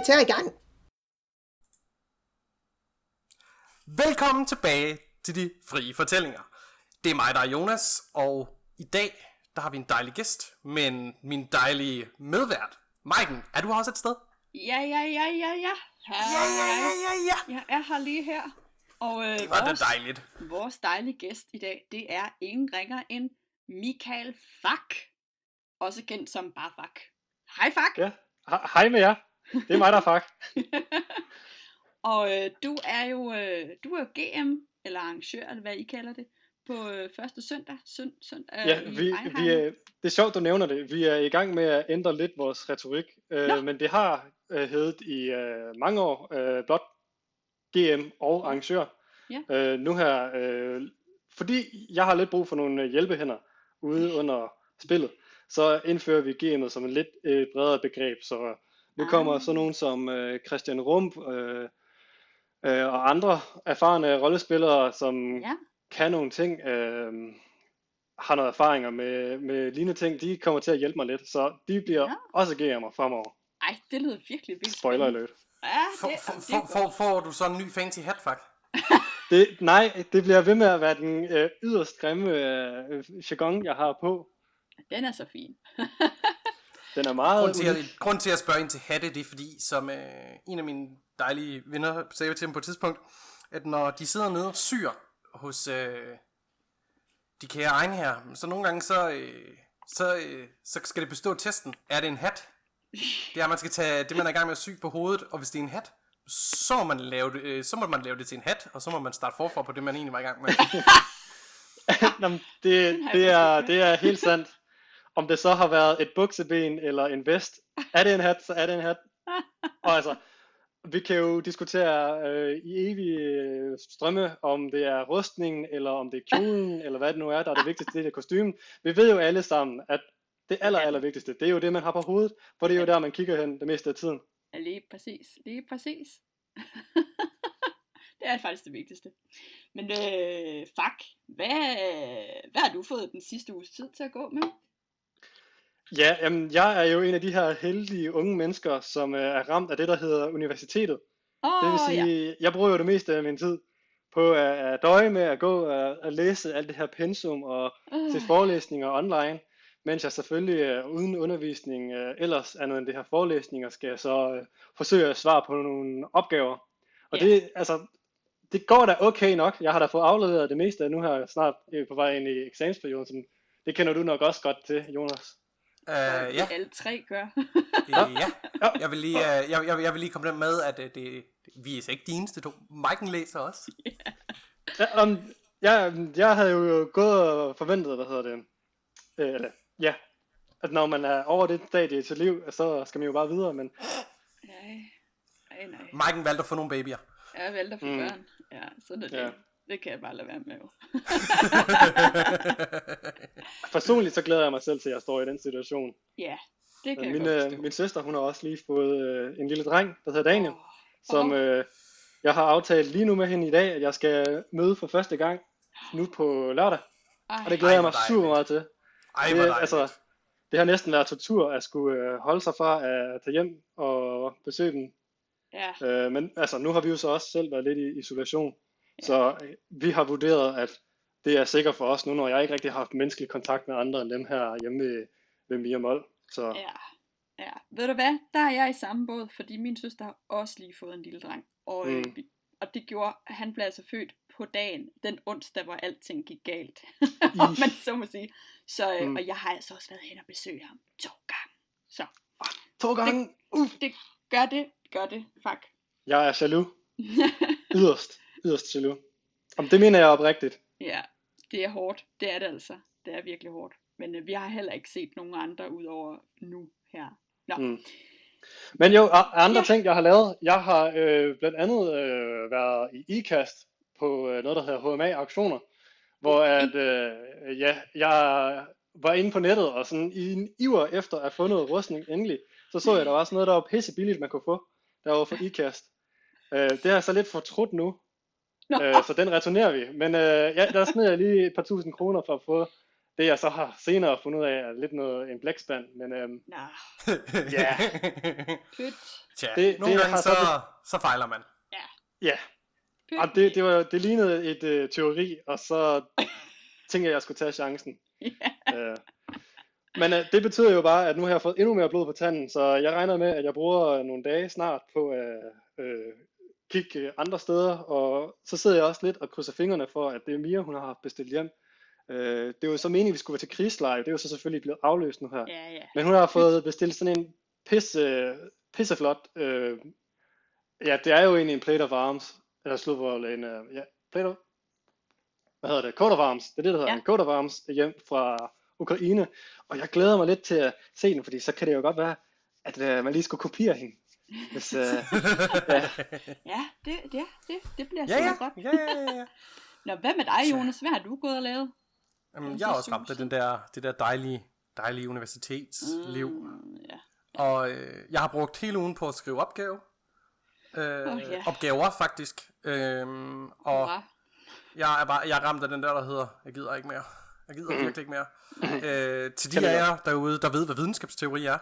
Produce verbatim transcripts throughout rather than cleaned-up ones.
karakter i gang. Velkommen tilbage til de frie fortællinger. Det er mig, der er Jonas, og i dag, der har vi en dejlig gæst, men min dejlige medvært, Maiken, er du også et sted? Ja, ja, ja, ja, ja. Her, Ja, ja, ja, ja, ja. Jeg er her lige her. Og øh, Det var vores, da dejligt. vores dejlige gæst i dag, det er ingen ringer end Michael Fak. Også kendt som bare Fak. Hej Fak. Ja, hej med jer. Det er mig, der er Fak. Og øh, du er jo øh, du er jo G M, eller arrangør, eller hvad I kalder det, på øh, første søndag. Sønd, sønd, øh, Ja, i vi, Ejnheim. vi, det er sjovt, du nævner det. Vi er i gang med at ændre lidt vores retorik, øh, men det har øh, heddet i øh, mange år øh, blot G M og arrangør. Ja. Øh, nu her, øh, fordi jeg har lidt brug for nogle hjælpehænder ude under spillet, så indfører vi G M'et som en lidt øh, bredere begreb. Så nu kommer Ah. sådan nogen som øh, Christian Rump øh, øh, og andre erfarne rollespillere, som Ja. kan nogle ting, øh, har noget erfaringer med, med lignende ting, de kommer til at hjælpe mig lidt, så de bliver Ja. også G M'er fremover. Ej, det lyder virkelig vildt. Spoiler spændende. alert. Ja, For, det, for, det er for, godt. for, får du så en ny fancy hat, Fak? Det, nej, det bliver ved med at være den øh, yderst grimme øh, jargon, jeg har på. Den er så fin. Den er meget Grunden til, at, unik. grunden til at spørge ind til hatte, det er fordi, som øh, en af mine dejlige venner sagde til dem på et tidspunkt, at når de sidder nede og syr hos øh, de kære egen her, så nogle gange så, øh, så, øh, så skal det bestå testen. Er det en hat? Det er, at man skal tage det, man er i gang med at sy på hovedet, og hvis det er en hat, så må man lave det, øh, så må man lave det til en hat, og så må man starte forfra på det, man egentlig var i gang med. Nå, men det, har jeg det, er, faktisk det er helt sandt. Om det så har været et bukseben eller en vest, er det en hat, så er det en hat. Og altså, vi kan jo diskutere øh, i evige øh, strømme, om det er rustningen, eller om det er kjolen, eller hvad det nu er, der er det vigtigste, det er kostymen. Vi ved jo alle sammen, at det aller, aller vigtigste, det er jo det, man har på hovedet, for det er jo der, man kigger hen det meste af tiden. Ja, lige præcis. Lige præcis. Det er faktisk det vigtigste. Men øh, fuck, hvad, hvad har du fået den sidste uges tid til at gå med? Ja, jamen, jeg er jo en af de her heldige unge mennesker, som øh, er ramt af det, der hedder universitetet. Åh, Det vil ja. sige, jeg bruger jo det meste af min tid på at, at døje med at gå og at læse alt det her pensum og Øh, til forelæsninger online, mens jeg selvfølgelig øh, uden undervisning øh, ellers andet end det her forelæsninger, skal jeg så øh, forsøge at svare på nogle opgaver. Og Ja. det, altså, det går da okay nok. Jeg har da fået afleveret det meste af nu her snart øh, på vej ind i eksamensperioden. Som, det kender du nok også godt til, Jonas. Uh, ja. ja, Alle tre gør. øh, ja. Jeg vil lige, uh, jeg, jeg, jeg vil lige komme den med, at uh, det, det, vi er ikke de eneste to. Maiken læser også. Ja, um, jeg, jeg havde jo gået og forventet, hvad hedder det, øh, eller, ja, at når man er over det stadie til liv, så skal man jo bare videre, men Nej, nej, nej. Maiken valgte at få nogle babyer. Jeg valgte at få Mm. børn. Ja, sådan er det. Ja. Det kan jeg bare lade være med jo. personligt så glæder jeg mig selv til, at jeg står i den situation. Ja, det kan jeg Min, godt øh, forstå. min søster, hun har også lige fået øh, en lille dreng, der hedder Daniel, Åh, som åh. øh, jeg har aftalt lige nu med hende i dag, at jeg skal møde for første gang nu på lørdag, Ej, og det glæder Ej, jeg hvor mig super dejligt. meget til. Ej, Det, hvor dejligt. altså, det har næsten været tortur at skulle øh, holde sig fra at tage hjem og besøge dem. ja, Øh, men altså, nu har vi jo så også selv været lidt i isolation, så øh, vi har vurderet, at det er sikkert for os nu, når jeg ikke rigtig har haft menneskelig kontakt med andre end dem her hjemme ved, ved Mia Mold. Så ja, ja. Ved du hvad? Der er jeg i samme båd, fordi min søster har også lige fået en lille dreng. Og, mm. Mm. øh, og det gjorde, at han blev altså født på dagen, den onsdag, hvor alting gik galt. Om man så må sige. Så, øh, Mm. og jeg har altså også været hen og besøge ham to gange. Så to gange, uff, det gør det, gør det, fuck. jeg er jaloux, yderst, yderst jaloux. Om det mener jeg oprigtigt. Ja, det er hårdt. Det er det altså. Det er virkelig hårdt. Men øh, vi har heller ikke set nogen andre udover nu her. Nå. Mm. Men jo, og andre Ja. ting jeg har lavet, jeg har øh, blandt andet øh, været i IKAST på øh, noget der hedder H M A auktioner, hvor at, øh, ja, jeg var inde på nettet og sådan i en iver efter at få noget rustning endelig, så så jeg der var sådan noget der var pisse billigt man kunne få, der var for IKAST. Øh, det er jeg så lidt fortrudt nu, Nå. øh, så den returnerer vi. Men øh, ja, der smider jeg lige et par tusind kroner for at få det jeg så har senere fundet ud af, er lidt noget en blækspand, men øhm, Nå, ja, pyt. Tja, Det- nogle det gange har så, så så fejler man. ja. Pyt. Og det, det, var, det lignede et øh, teori, og så tænkte jeg, at jeg skulle tage chancen. Ja. Øh, men øh, det betyder jo bare, at nu har jeg fået endnu mere blod på tanden, så jeg regner med, at jeg bruger nogle dage snart på at øh, kigge øh, andre steder, og så sidder jeg også lidt og krydser fingrene for, at det er Mia, hun har haft bestilt hjem. Øh, det er jo så meningen, at vi skulle være til krigsleje, det er jo så selvfølgelig blevet afløst nu her. Ja, ja. Men hun har fået bestilt sådan en pisse, pisseflot, øh, ja, det er jo egentlig en plate of arms, eller slutvold, en, uh, ja, plate of, hvad hedder det, coat of arms, det er det, der hedder, Ja. en coat of arms hjem fra Ukraine, og jeg glæder mig lidt til at se den, fordi så kan det jo godt være, at uh, man lige skulle kopiere hende. Hvis, uh, ja. Ja, det, det, det, det bliver Ja, super ja, godt. ja, ja, ja. Nå, hvad med dig, Jonas? Hvad har du gået og lavet? Jamen, jeg er også ramt af den der, det der dejlige, dejlige universitetsliv. Mm, ja. Og øh, jeg har brugt hele ugen på at skrive opgave. Øh, Åh, ja. Opgaver faktisk. Øhm, og Hurra. jeg er bare jeg er ramt af den der, der hedder, jeg gider ikke mere. Jeg gider Mhm. virkelig ikke mere. Øh, til de Kan af vi jer derude, der ved, hvad videnskabsteori er,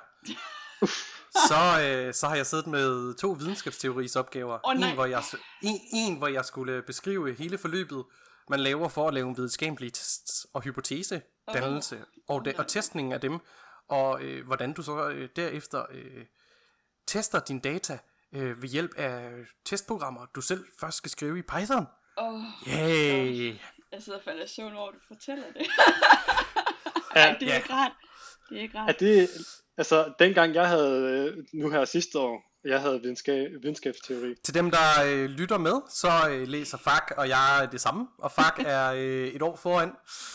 så, øh, så har jeg siddet med to videnskabsteorisopgaver. Åh, nej. en, hvor jeg, s- en, en, hvor jeg skulle beskrive hele forløbet, man laver for at lave videnskabelige tests og hypotesedannelse, og, de, og testning af dem, og øh, hvordan du så øh, derefter øh, tester dine data øh, ved hjælp af testprogrammer, du selv først skal skrive i Python. Åh, Yay! jeg sidder og falder i søvn over, at du fortæller det. Ja, Ej, det er ja. ikke rart. Det er ikke rart. Er det, altså dengang jeg havde, øh, nu her sidste år, jeg havde videnskab, videnskabsteori. Til dem, der øh, lytter med, så øh, læser F A Q, og jeg er det samme. Og F A Q er øh, et år foran.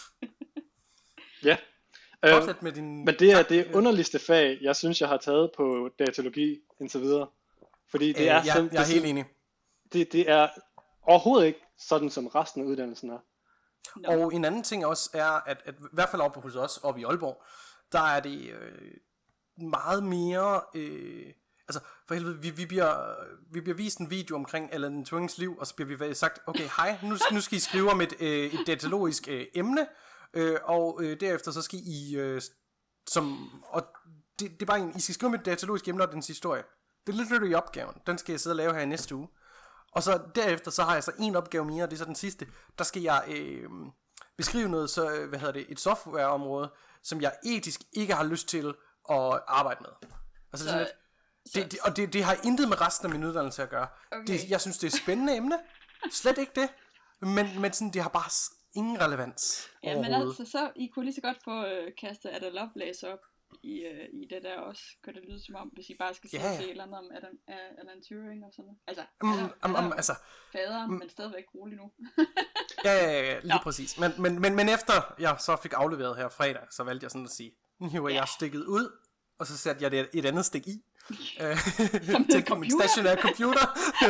Ja. Øh, Fortsæt med din... men det er det underligste fag, jeg synes, jeg har taget på datalogi indtil videre. Fordi det øh, er, jeg, sim- jeg er det, helt enig. det, det er overhovedet ikke sådan, som resten af uddannelsen er. Nå. Og en anden ting også er, at, at i hvert fald oppe hos os, oppe i Aalborg, der er det øh, meget mere... Øh, altså, for helvede, vi, vi, bliver, vi bliver vist en video omkring Alan Turings liv, og så bliver vi sagt, okay, hej, nu, nu skal I skrive om et, øh, et datalogisk øh, emne, øh, og øh, derefter så skal I... Øh, som, og det, det er bare en, I skal skrive om et datalogisk emne og dens historie. Det er lidt lidt i opgaven. Den skal jeg sidde og lave her i næste uge. Og så derefter, så har jeg så en opgave mere, og det er så den sidste. Der skal jeg øh, beskrive noget, så, hvad hedder det, et softwareområde, som jeg etisk ikke har lyst til at arbejde med. Altså sådan Så- lidt, det, det, og det, det har intet med resten af min uddannelse at gøre. Okay. Det, jeg synes, det er et spændende emne. Slet ikke det. Men, men sådan, det har bare s- ingen relevans Ja, men overhovedet. altså, så I kunne lige så godt få øh, kastet Ada Lovelace op i, øh, i det der også. Kan det lyde som om, hvis I bare skal sidde Ja, og ja. se et eller andet om Alan, uh, Alan Turing og sådan noget. Altså, Mm, han er, um, han um, er altså, faderen, men stadigvæk rolig nu. ja, ja, ja, lige Nå. præcis. Men, men, men, men efter jeg så fik afleveret her fredag, så valgte jeg sådan at sige, nu hiver Ja. jeg stikket ud, og så satte jeg det et andet stik i. øh, hed tændte for min computer. stationære computer.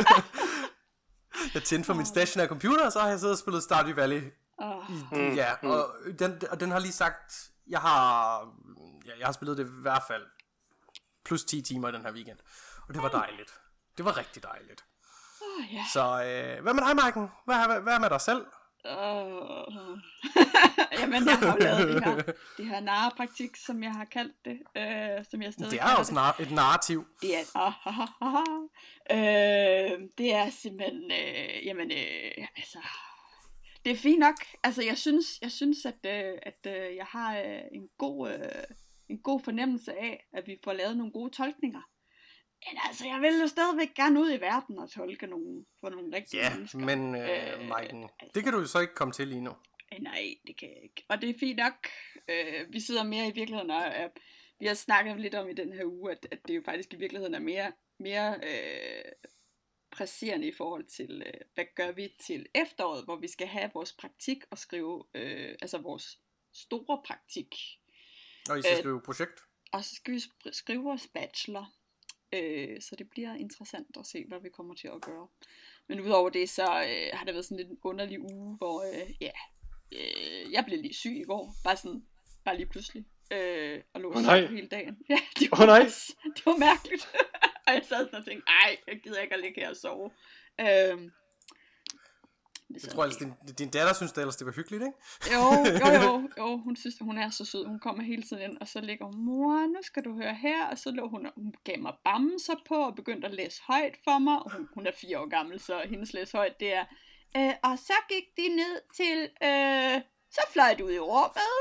Jeg tændte for min stationære computer, og så har jeg siddet og spillet Stardew Valley. Oh, Mm, ja, og den, og den har lige sagt, jeg har, ja, jeg har spillet det i hvert fald plus ti timer i den her weekend. Og det var dejligt. Det var rigtig dejligt. oh ja. Så øh, hvad med dig, Maiken? Hvad, hvad, hvad med dig selv? Uh, jamen, jeg har jo lavet det her, det her narrepraktik, som jeg har kaldt det, øh, som jeg stadig Det kalder er også nar- et narrativ. Det er, ah, ah, ah, ah. Øh, det er simpelthen, øh, jamen, øh, altså, det er fint nok. Altså, jeg synes, jeg synes, at, øh, at øh, jeg har øh, en god, øh, en god fornemmelse af, at vi får lavet nogle gode tolkninger. Men altså, jeg vil jo stadigvæk gerne ud i verden og tolke nogle, for nogle rigtige Ja, mennesker. men øh, Øh, Maiken, altså. det kan du jo så ikke komme til lige nu. Øh, Nej, det kan jeg ikke. Og det er fint nok. Øh, vi sidder mere i virkeligheden, og øh, vi har snakket lidt om i den her uge, at, at det jo faktisk i virkeligheden er mere, mere øh, presserende i forhold til, øh, hvad gør vi til efteråret, hvor vi skal have vores praktik og skrive, øh, altså vores store praktik. Og I skal Øh, skrive projekt. Og så skal vi sp- skrive vores bachelor. Øh, så det bliver interessant at se, hvad vi kommer til at gøre. Men udover det, så øh, har det været sådan lidt en underlig uge, hvor øh, ja, øh, jeg blev lige syg i går. Bare sådan, bare lige pludselig. Øh, og lå Åh, oh, nej. hele dagen. Ja, det var, Åh, nej. også- det var mærkeligt. Og jeg sad sådan og tænkte, ej, jeg gider ikke at ligge her og sove. Øh, Jeg tror ellers, din, din datter synes det ellers, det var hyggeligt, ikke? Jo, jo, jo, jo, hun synes, hun er så sød. Hun kommer hele tiden ind, og så ligger hun, mor, nu skal du høre her. Og så lå hun, hun gav mig bamser på, og begyndte at læse højt for mig. Og hun, hun er fire år gammel, så hendes læse højt, det er, øh, og så gik de ned til, øh, så fløj de ud i rummet.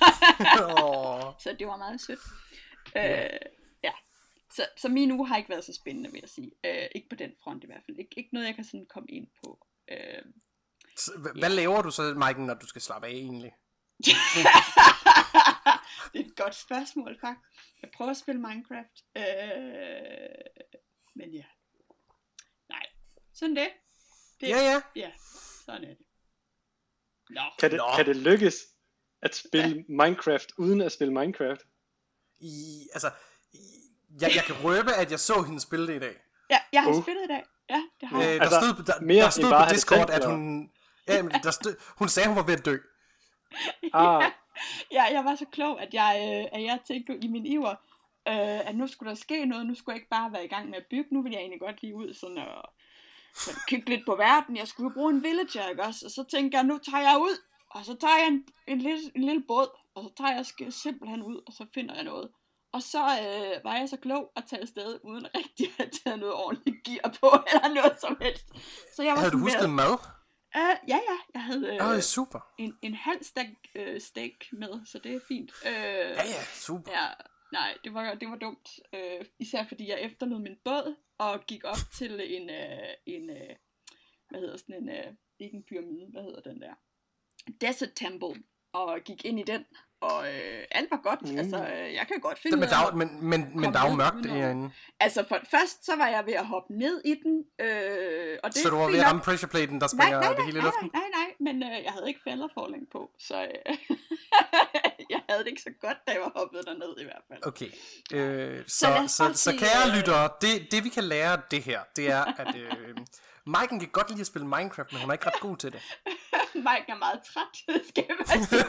Så det var meget sødt. Ja. Øh, ja. Så, så min uge har ikke været så spændende, vil jeg sige. Øh, ikke på den front i hvert fald. Ik- ikke noget, jeg kan sådan komme ind på. Øh, Hvad laver du så, Maiken, når du skal slappe af egentlig? Det er et godt spørgsmål, faktisk. Jeg prøver at spille Minecraft. Øh... Men ja. Nej. Sådan det. det. Ja, ja. Ja, sådan er det. Nå. Kan det, Nå. kan det lykkes at spille ja. Minecraft uden at spille Minecraft? I, altså, i, jeg, jeg kan røbe, at jeg så hende spille det i dag. Ja, jeg har Uh. spillet i dag. Ja, det har Øh, jeg. der Altså, stod, der, mere der end stod bare på have det Discord, tændt, at eller? hun... Ja, men der stod, hun sagde, hun var ved at dø. Ah, Ja, jeg var så klog, at jeg, øh, at jeg tænkte i min iver, øh, at nu skulle der ske noget. Nu skulle jeg ikke bare være i gang med at bygge. Nu vil jeg egentlig godt lige ud sådan og sådan kigge lidt på verden. Jeg skulle jo bruge en villager, ikke også? Og så tænkte jeg, nu tager jeg ud. Og så tager jeg en, en, lille, en lille båd. Og så tager jeg sk- simpelthen ud, og så finder jeg noget. Og så øh, var jeg så klog at tage afsted, uden rigtig at have taget noget ordentligt gear på, eller noget som helst. Så jeg var Havde du sådan husket med, mad? øh, ja, ja, jeg havde øh, Åh, super. en, en halv stak øh, steak med, så det er fint. Øh, Ja, ja, super. ja, nej, det var, det var dumt. Øh, især fordi jeg efterlod min båd, og gik op til en, øh, en øh, hvad hedder sådan en, øh, ikke en pyramide, hvad hedder den der? Desert Temple, og gik ind i den, og øh, alt var godt. Mm. Altså, øh, jeg kan godt finde Men ud der, af er- men, men, men der er jo mørkt derinde. Altså, for, først så var jeg ved at hoppe ned i den, øh, og det Så du var fint ved at nok. ramme pressure platen, der Nej, springer nej, det nej, hele i nej, luften? nej, nej, men øh, jeg havde ikke featherfalling på, så øh, jeg havde det ikke så godt, da jeg var hoppet derned i hvert fald. Okay, øh, så, Så lad os så, bare så, sige, kære øh, lyttere, det, det vi kan lære af det her, det er, at øh, Maiken kan godt lide at spille Minecraft, men hun er ikke ret god til det. Mike er meget træt, skal jeg bare sige.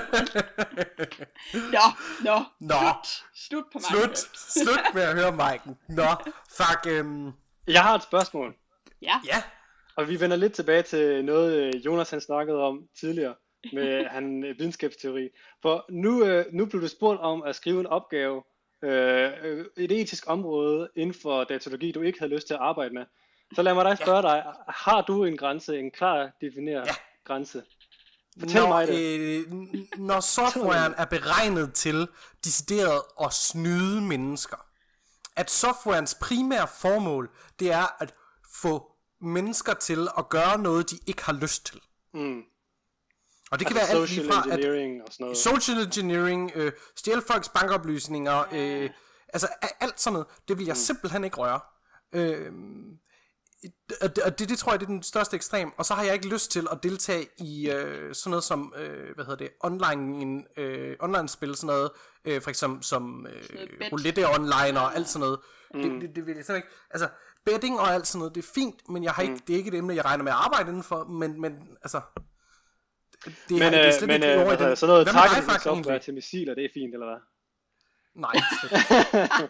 Nå, nå, Nå. slut, slut på Slut, Minecraft. slut med at høre Maiken. Nå, fuck, øhm, jeg har et spørgsmål. Ja, ja, Og vi vender lidt tilbage til noget, øh, Jonas han snakkede om tidligere med han øh, videnskabsteori. For nu, øh, nu blev du spurgt om at skrive en opgave, øh, øh, et etisk område inden for datalogi, du ikke havde lyst til at arbejde med. Så lad mig dig spørge dig, har du en grænse, en klar defineret Ja. grænse? Fortæl når, mig det. øh, n- når softwaren er beregnet til decideret at snyde mennesker, at softwarens primære formål, det er at få mennesker til at gøre noget, de ikke har lyst til. Mm. Og det kan Altså være alt social lige fra at engineering og sådan noget. social engineering, øh, stjæle folks bankoplysninger, øh, altså a- alt sådan noget, det vil jeg mm. simpelthen ikke røre. Øh, og det, og det, det tror jeg, det er den største ekstrem. Og så har jeg ikke lyst til at deltage i øh, sådan noget som, øh, hvad hedder det, online, øh, online-spil, sådan noget, øh, for eksempel som øh, noget bet. roulette online og alt sådan noget. Mm. Det, det, det vil jeg slet ikke. Altså, betting og alt sådan noget, det er fint, men jeg har ikke, Mm. det er ikke et emne, jeg regner med at arbejde indenfor, men, men altså... Det, Men, er, det er øh, slet men ikke øh, over i hvad hedder den. det, sådan noget Hvad med dig, targeting Frank, software egentlig? til missiler, det er fint, eller hvad? Nej, slet ikke.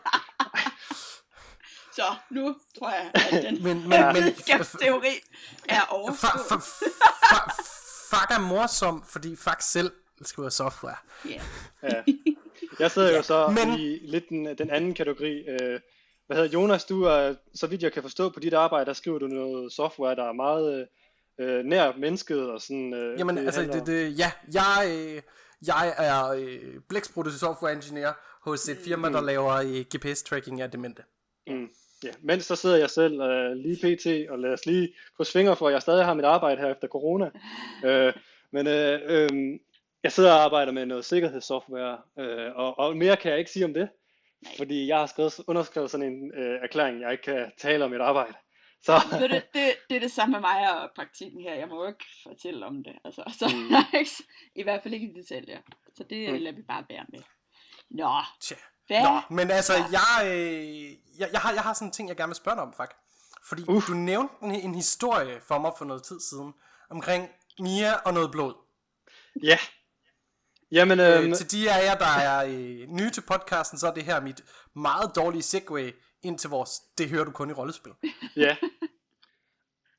så nu tror jeg, at den men, men, men videnskabsteori er Fuck overstået. fuck er morsom, fordi fuck selv skriver software. Ja. Ja. Jeg sidder jo så men- i lidt den, den anden kategori. Øh, hvad hedder Jonas, du er, så vidt jeg kan forstå på dit arbejde, der skriver du noget software, der er meget øh, nær mennesket og sådan. Øh, Jamen, altså, handler- det, det, ja, jeg, øh, jeg er øh, blæksprutte software engineer hos et firma, der laver øh, G P S-tracking af demente. Mm, ja. Mens så sidder jeg selv øh, lige pt. Og lad os lige krydse fingre for, at jeg stadig har mit arbejde her efter corona. øh, men øh, øh, jeg sidder og arbejder med noget sikkerhedssoftware, øh, og, og mere kan jeg ikke sige om det. Fordi jeg har skrevet, underskrevet sådan en øh, erklæring, jeg ikke kan tale om mit arbejde. Så Ved du, det, det er det samme med mig og praktikken her. Jeg må jo ikke fortælle om det. Altså, så, Mm. i hvert fald ikke i detaljer. Så det Mm. lader vi bare være med. Nå, Tja. hvad? Nå, men altså, Ja. jeg, øh, jeg, jeg, har, jeg har sådan en ting, jeg gerne vil spørge dig om, faktisk. Fordi Uh. du nævnte en, en historie for mig for noget tid siden, omkring Mia og noget blod. ja. Jamen, Øh, øh, til de af jer, der er øh, nye til podcasten, så er det her mit meget dårlige segue ind til vores Det hører du kun i rollespil. ja.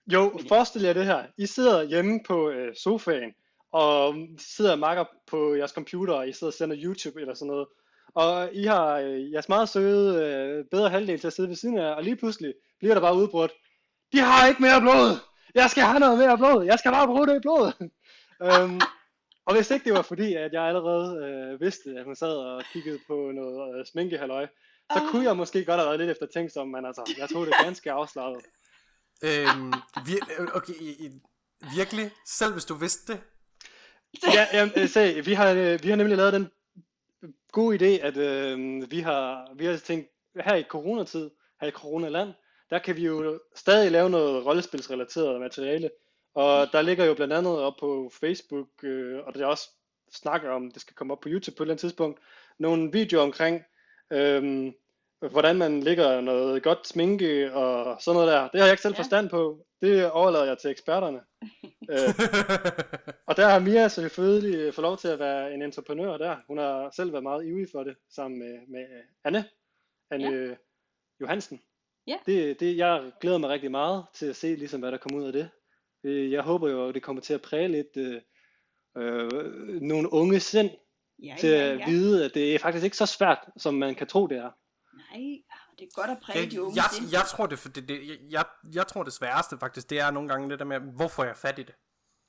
Jo, forestil jer det her. I sidder hjemme på øh, sofaen, og sidder og makker på jeres computer, og I sidder og sender YouTube eller sådan noget. Og I har øh, jeres meget søde, øh, bedre halvdel til at sidde ved siden af, og lige pludselig bliver der bare udbrudt. De har ikke mere blod! Jeg skal have noget mere blod! Jeg skal bare bruge det blod! øhm, og hvis ikke det var fordi, at jeg allerede øh, vidste, at hun sad og kiggede på noget øh, sminkehalløj, så kunne jeg måske godt have været lidt efter tænksom, men altså, jeg tog det ganske afslappet. Øhm, vir- okay, i- i- virkelig? Selv hvis du vidste det? Ja, jamen, se, vi har, øh, vi har nemlig lavet den gode idé, at øh, vi har vi har tænkt, her i coronatid, her i coronaland, der kan vi jo stadig lave noget rollespilsrelateret materiale. Og der ligger jo blandt andet op på Facebook, øh, og der er også snakker om, det skal komme op på YouTube på et eller andet tidspunkt, nogle videoer omkring, øh, hvordan man lægger noget godt sminke og sådan noget der. Det har jeg ikke selv Ja. forstand på. Det overlader jeg til eksperterne. øh, og der har Mia selvfølgelig fået lov til at være en entreprenør der. Hun har selv været meget ivrig for det, sammen med, med Anne, Anne ja. Johansen. Ja. Det, det, jeg glæder mig rigtig meget til at se, ligesom, hvad der kommer ud af det. Øh, Jeg håber jo, at det kommer til at præge lidt øh, øh, nogle unge sind Ja, til ja, at ja. vide, at det er faktisk ikke så svært, som man kan tro, det er. Nej, det er godt at præge Jeg, de unge jeg, sind. jeg, tror det, for det, det jeg, jeg, jeg tror det sværeste faktisk, det er nogle gange det der med, hvorfor jeg er fat i det.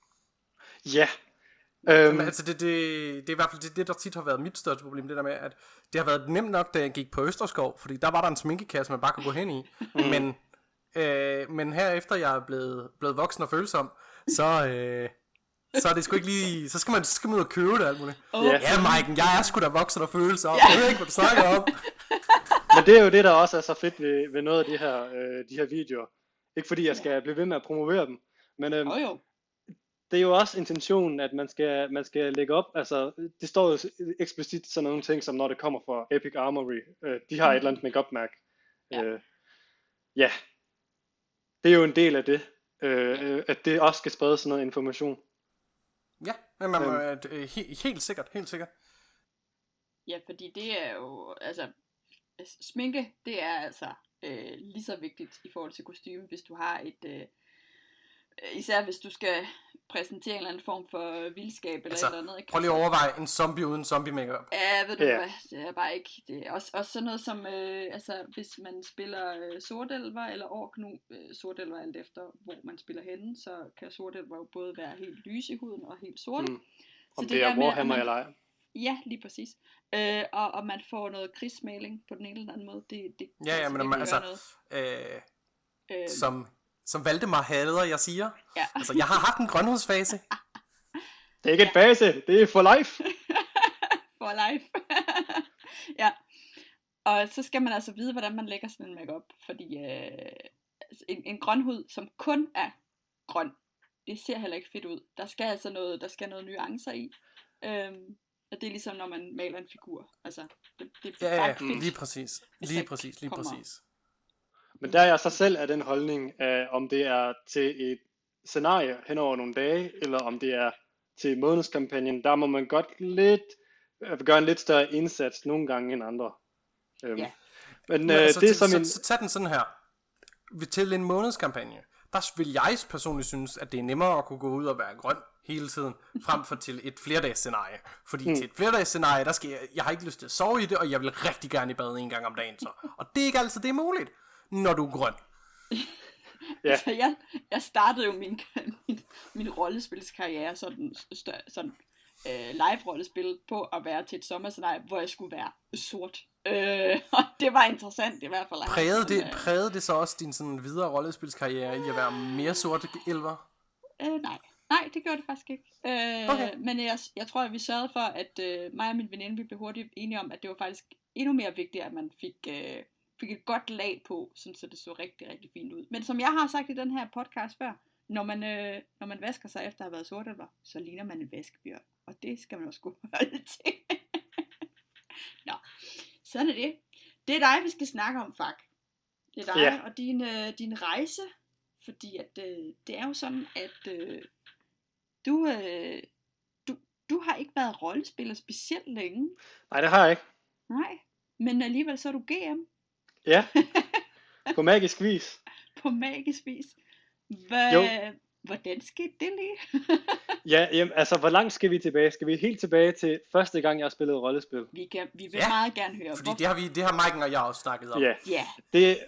Ja. Øhm. Øhm, Altså det, det, det er i hvert fald det, det, der tit har været mit største problem, det der med, at det har været nemt nok, da jeg gik på Østerskov, fordi der var der en sminkekasse, man bare kunne gå hen i. Mm. Men, øh, men herefter jeg er blevet, blevet voksen og følsom, så, øh, så er det sgu ikke lige, så skal man, så skal man ud og købe det alt muligt. Åh, Ja. Ja, Maiken, jeg er sgu da voksen og følsom, Ja. jeg ved ikke, hvad du snakker om. Men det er jo det, der også er så fedt ved, ved noget af de her, øh, de her videoer. Ikke fordi jeg skal blive ved med at promovere dem, men øhm, Jo, jo. det er jo også intentionen, at man skal, man skal lægge op, altså det står jo eksplicit sådan nogle ting, som når det kommer fra Epic Armory, øh, de har et eller andet make-up mærke. Ja. Øh, ja, det er jo en del af det, øh, at det også skal sprede sådan noget information. Ja, men man, Øhm. øhm. øh, he, helt sikkert, helt sikkert. Ja, fordi det er jo, altså, sminke, det er altså øh, lige så vigtigt i forhold til kostume, hvis du har et, øh, især hvis du skal præsentere en eller anden form for vildskab eller Altså, et eller andet. Ikke? Prøv lige at overveje en zombie uden zombie makeup. Ja, ved du Ja. hvad, det er bare ikke, det er også, også sådan noget som, øh, altså hvis man spiller øh, sortelver eller ork nu, øh, sortelver alt efter, hvor man spiller henne, så kan sortelver jo både være helt lyse i huden og helt sorte. Mm. Så Om det det der er med, at Warhammer man- eller ej. Ja, lige præcis. Øh, og, og man får noget krigsmaling på den ene eller anden måde. Det, det Ja, ja, kan men virkelig altså, gøre øh, noget. Øh, som, som Valdemar hader, jeg siger. ja. Altså, jeg har haft en grønhedsfase. Det er ikke et fase, det er for life. For life. Ja. Og så skal man altså vide, hvordan man lægger sådan en makeup, fordi øh, altså en, en grøn hud, som kun er grøn, det ser heller ikke fedt ud. Der skal altså noget, der skal noget nuancer i. Øhm, og det er ligesom, når man maler en figur. Altså, det, det er Ja, bare ja, ikke fedt. lige præcis. Hvis Lige ikke præcis, lige kommer- præcis. Men der er jeg så selv af den holdning, af, om det er til et scenarie hen over nogle dage, eller om det er til månedskampagnen, der må man godt lidt øh, gøre en lidt større indsats nogle gange end andre. Øhm, Ja. Men Men øh, altså, det er til, som så, en... så tag den sådan her. Vi- Til en månedskampagne, der vil jeg personligt synes, at det er nemmere at kunne gå ud og være grøn hele tiden, frem for til et flerdages scenarie. Fordi mm. til et flerdages scenarie, der skal jeg, jeg har ikke lyst til at sove i det, og jeg vil rigtig gerne i bad en gang om dagen så. Og det er ikke altid det er muligt, når du er grøn. Ja. Så jeg, jeg startede jo min, min, min rollespilskarriere sådan, stør, sådan øh, live-rollespil på at være til et sommerscenarie, hvor jeg skulle være sort. Øh, og det var interessant i hvert fald. at have Prægede sådan, det, prægede det så også din sådan videre rollespilskarriere i at være mere sorte elver? Øh, nej. Nej, det gjorde det faktisk ikke. Øh, Okay. Men jeg, jeg tror, at vi sørgede for, at øh, mig og min veninde, vi blev hurtigt enige om, at det var faktisk endnu mere vigtigt, at man fik, øh, fik et godt lag på, sådan, så det så rigtig, rigtig fint ud. Men som jeg har sagt i den her podcast før, når man, øh, når man vasker sig efter at have været sortelver, så ligner man en vaskebjørn. Og det skal man også kunne holde til. Nå, sådan er det. Det er dig, vi skal snakke om, Fak. Det er dig Ja. og din, øh, din rejse. Fordi at, øh, det er jo sådan, at øh, du, øh, du, du har ikke været rollespiller specielt længe. Nej, det har jeg ikke. Nej, men alligevel så er du G M Ja, på magisk vis. på magisk vis. Hvad, Jo. hvordan skete det lige? Ja, jamen, altså, hvor langt skal vi tilbage? Skal vi helt tilbage til første gang, jeg spillede rollespil? Vi, kan, vi vil Ja, meget gerne høre. Fordi det har, vi, det har Maiken og jeg også snakket om. Ja, Ja, det,